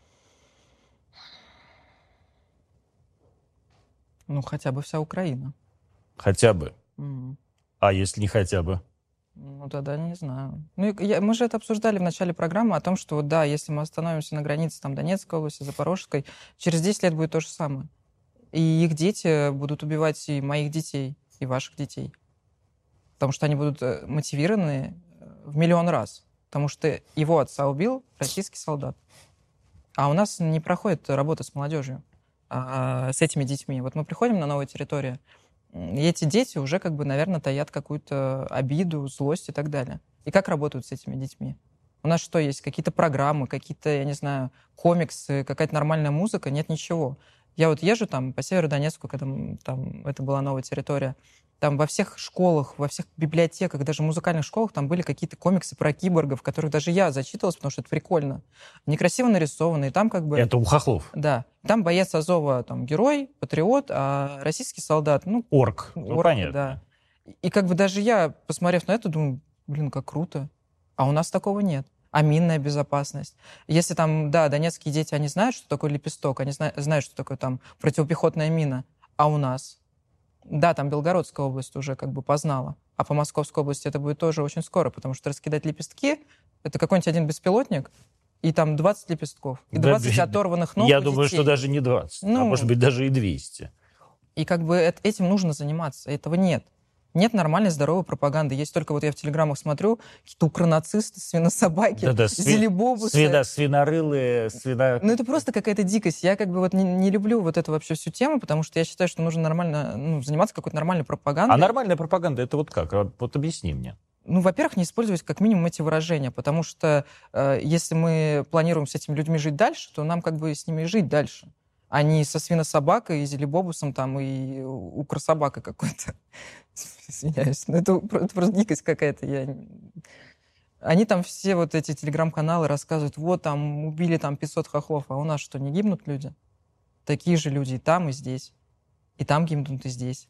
Ну, хотя бы вся Украина. Хотя бы. М. А если не хотя бы? Ну, тогда не знаю. Ну, мы же это обсуждали в начале программы о том, что, вот, да, если мы остановимся на границе там, Донецкой области, Запорожской, через 10 лет будет то же самое. И их дети будут убивать и моих детей, и ваших детей. Потому что они будут мотивированы в миллион раз. Потому что его отца убил российский солдат. А у нас не проходит работа с молодежью, с этими детьми. Вот мы приходим на новую территорию, и эти дети уже, как бы, наверное, таят какую-то обиду, злость и так далее. И как работают с этими детьми? У нас что, есть какие-то программы, какие-то, я не знаю, комиксы, какая-то нормальная музыка? Нет ничего. Я вот езжу там по Северодонецку, когда там это была новая территория, там во всех школах, во всех библиотеках, даже в музыкальных школах там были какие-то комиксы про киборгов, которых даже я зачитывалась, потому что это прикольно. Некрасиво нарисованные, там как бы... Это у хохлов. Да. Там боец Азова, там, герой, патриот, а российский солдат, ну... Орк. Ну, понятно. Да. И как бы даже я, посмотрев на это, думаю, блин, как круто. А у нас такого нет. А минная безопасность. Если там, да, донецкие дети, они знают, что такое лепесток, они знают, что такое там противопехотная мина. А у нас? Да, там Белгородская область уже как бы познала. А по Московской области это будет тоже очень скоро, потому что раскидать лепестки — это какой-нибудь один беспилотник, и там 20 лепестков, и 20 оторванных ног. Я думаю, что даже не 20, а может быть даже и 200. И как бы этим нужно заниматься. Этого нет. Нет нормальной здоровой пропаганды. Есть только, вот я в телеграммах смотрю, какие-то укронацисты, свинособаки, зелебобусы. Свинорылые, Ну, это просто какая-то дикость. Я как бы вот не люблю вот эту вообще всю тему, потому что я считаю, что нужно нормально заниматься какой-то нормальной пропагандой. А нормальная пропаганда — это вот как? Вот объясни мне. Ну, во-первых, не использовать как минимум эти выражения, потому что если мы планируем с этими людьми жить дальше, то нам как бы с ними и жить дальше. А не со свинособакой, и зелебобусом, там, и укрособакой какой-то. Извиняюсь. Но это просто дикость какая-то. Они там все вот эти телеграм-каналы рассказывают, вот там убили там 500 хохлов, а у нас что, не гибнут люди? Такие же люди и там, и здесь. И там гибнут, и здесь.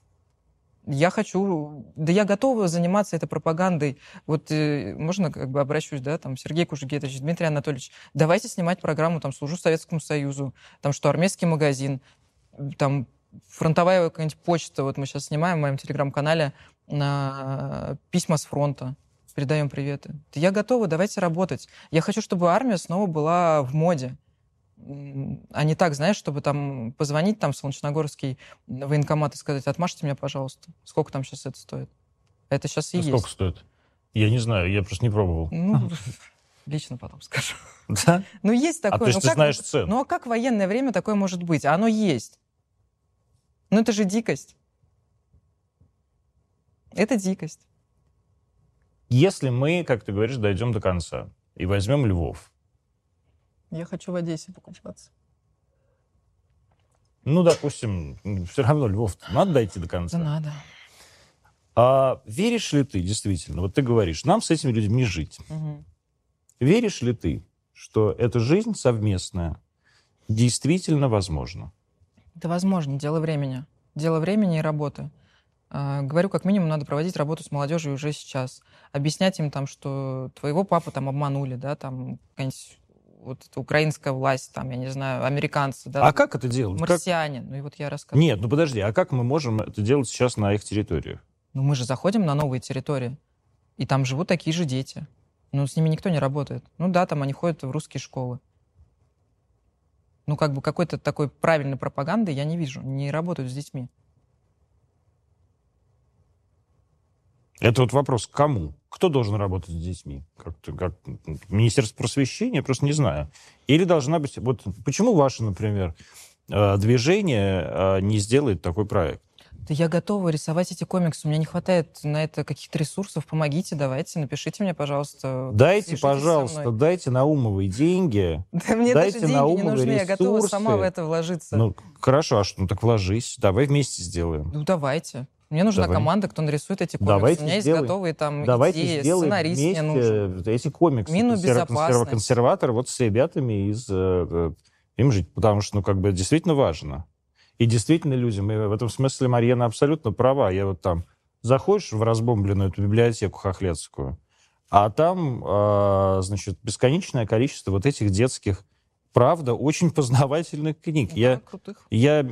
Я готова заниматься этой пропагандой. Вот можно как бы обращусь, да, там, Сергей Кужегетович, Дмитрий Анатольевич, давайте снимать программу, там, «Служу Советскому Союзу», там, что армейский магазин, там, фронтовая какая-нибудь почта, вот мы сейчас снимаем в моем телеграм-канале на письма с фронта, передаем приветы. Я готова, давайте работать. Я хочу, чтобы армия снова была в моде. А не так, знаешь, чтобы там позвонить там в Солнечногорский военкомат и сказать, отмажьте меня, пожалуйста. Сколько там сейчас это стоит? Это сейчас и есть. Сколько стоит? Я не знаю, я просто не пробовал. Ну, лично потом скажу. Да? Ну, есть такое. А ты же знаешь цену. Ну, а как в военное время такое может быть? Оно есть. Ну, это же дикость. Это дикость. Если мы, как ты говоришь, дойдем до конца и возьмем Львов. Я хочу в Одессе покупаться. Ну, допустим, все равно Львов надо дойти до конца. Да надо. А веришь ли ты действительно, вот ты говоришь, нам с этими людьми жить. Мгм. Веришь ли ты, что эта жизнь совместная действительно возможна? Это возможно, дело времени. Дело времени и работы. Говорю, как минимум надо проводить работу с молодежью уже сейчас. Объяснять им там, что твоего папу там обманули, да, там какая-нибудь вот эта украинская власть, там, я не знаю, американцы, да, А как это делать? марсиане. Ну и вот я рассказываю. Нет, ну подожди, а как мы можем это делать сейчас на их территориях? Ну мы же заходим на новые территории, и там живут такие же дети. Ну с ними никто не работает. Ну да, там они ходят в русские школы. Ну как бы какой-то такой правильной пропаганды я не вижу. Не работают с детьми. Это вот вопрос к кому? Кто должен работать с детьми? Как Министерство просвещения? Я просто не знаю. Или должна быть... Вот почему ваше, например, движение не сделает такой проект? Да я готова рисовать эти комиксы. У меня не хватает на это каких-то ресурсов. Помогите, давайте, напишите мне, пожалуйста. Дайте, свяжитесь со пожалуйста, мной. дайте Наумовой деньги. Да мне дайте даже деньги не Наумовой нужны. Я готова сама в ресурсы. это вложиться. Ну, хорошо, а что? Ну, так вложись. Давай вместе сделаем. Ну, давайте. Мне нужна Давай. команда, кто нарисует эти комиксы. Давайте У меня есть сделаем. готовые там Давайте идеи, сделаем сценарист мне нужен. вместе эти комиксы. Минобезопасность. Консерватор вот с ребятами из им жить. Потому что, ну, как бы действительно важно. И действительно людям. И в этом смысле Марьяна абсолютно права. Я вот там заходишь в разбомбленную эту библиотеку хохлецкую, а там, значит, бесконечное количество вот этих детских, правда, очень познавательных книг. Да, крутых. Я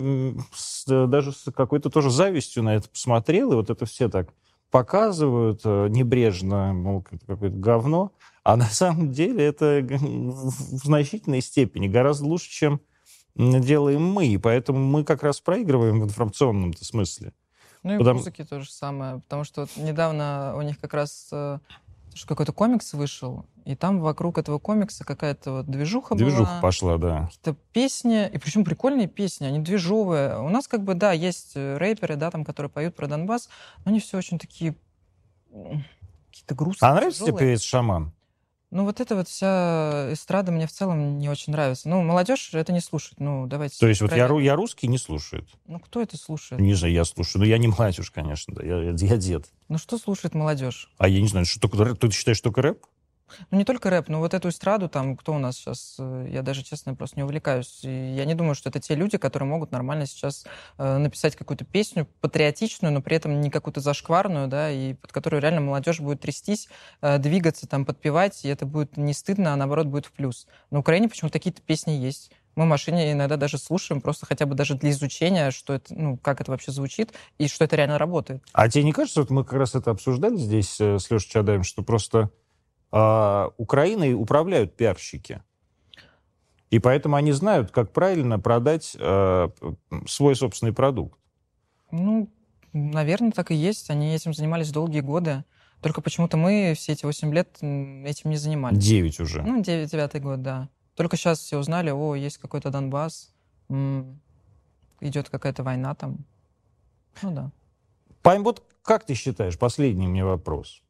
даже с какой-то тоже завистью на это посмотрел, и вот это все так показывают небрежно, мол, какое-то говно, а на самом деле это в значительной степени гораздо лучше, чем делаем мы, и поэтому мы как раз проигрываем в информационном-то смысле. Ну и в Потому- музыке то же самое, потому что вот недавно у них как раз тоже какой-то комикс вышел, и там вокруг этого комикса какая-то вот движуха была. Пошла, да. Какие-то песни, и причем прикольные песни, они движовые. У нас как бы, да, есть рэперы, да, там, которые поют про Донбасс, но они все очень такие какие-то грустные, А нравится тебе тяжелые. певец Шаман? Ну вот эта вот вся эстрада мне в целом не очень нравится. Ну, молодежь это не слушает, ну давайте. То есть вот откровенно. я русский не слушает. Ну кто это слушает? Не знаю, я слушаю. Но я не молодежь, конечно, да. Я дед. Ну что слушает молодежь? А я не знаю, что только рэп. Ты считаешь только рэп? Ну, не только рэп, но вот эту эстраду, там, кто у нас сейчас, я даже, честно, просто не увлекаюсь. И я не думаю, что это те люди, которые могут нормально сейчас написать какую-то песню патриотичную, но при этом не какую-то зашкварную, да, и под которую реально молодежь будет трястись, двигаться, там, подпевать, и это будет не стыдно, а наоборот будет в плюс. На Украине почему-то какие-то песни есть. Мы в машине иногда даже слушаем, просто хотя бы даже для изучения, что это, ну, как это вообще звучит, и что это реально работает. А тебе не кажется, вот мы как раз это обсуждали здесь с Лешей Чадаем, что просто Украиной управляют пиарщики. И поэтому они знают, как правильно продать свой собственный продукт. Ну, наверное, так и есть. Они этим занимались долгие годы. Только почему-то мы все эти 8 лет этим не занимались. 9 уже. Ну, 9-й год, да. Только сейчас все узнали, о, есть какой-то Донбасс, идет какая-то война там. Ну да. Пань, вот как ты считаешь, последний мне вопрос.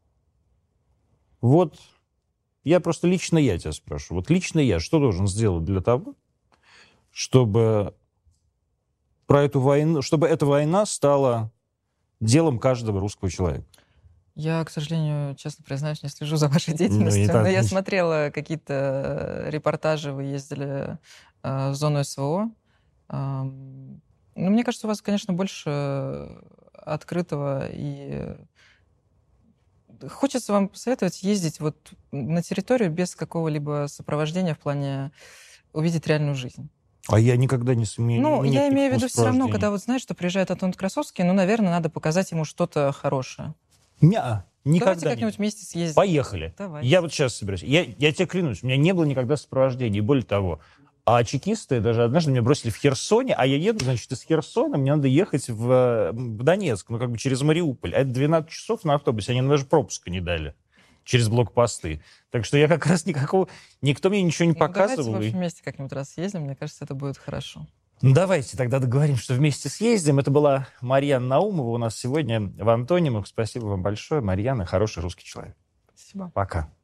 Вот просто лично я тебя спрашиваю. Вот лично я что должен сделать для того, чтобы про эту войну, чтобы эта война стала делом каждого русского человека? Я, к сожалению, честно признаюсь, не слежу за вашей деятельностью, но я смотрела какие-то репортажи, вы ездили в зону СВО. Ну, мне кажется, у вас, конечно, больше открытого и... Хочется вам посоветовать ездить вот на территорию без какого-либо сопровождения в плане увидеть реальную жизнь. А я никогда не сумею. Ну, я имею в виду все равно, когда вот знаешь, что приезжает Антон Красовский, ну, наверное, надо показать ему что-то хорошее. Никогда. Давайте как-нибудь вместе съездим. Поехали. Давай. Я вот сейчас собираюсь. Я тебе клянусь, у меня не было никогда сопровождения. Более того, а чекисты даже однажды меня бросили в Херсоне, а я еду, значит, из Херсона, мне надо ехать в Донецк, ну, как бы через Мариуполь. А это 12 часов на автобусе, они даже пропуска не дали через блокпосты. Так что я как раз никто мне ничего не показывал. Давайте, в общем, вместе как-нибудь раз съездим, мне кажется, это будет хорошо. Ну, давайте тогда договоримся, что вместе съездим. Это была Марьяна Наумова у нас сегодня в Антонимах. Спасибо вам большое. Марьяна, хороший русский человек. Спасибо. Пока.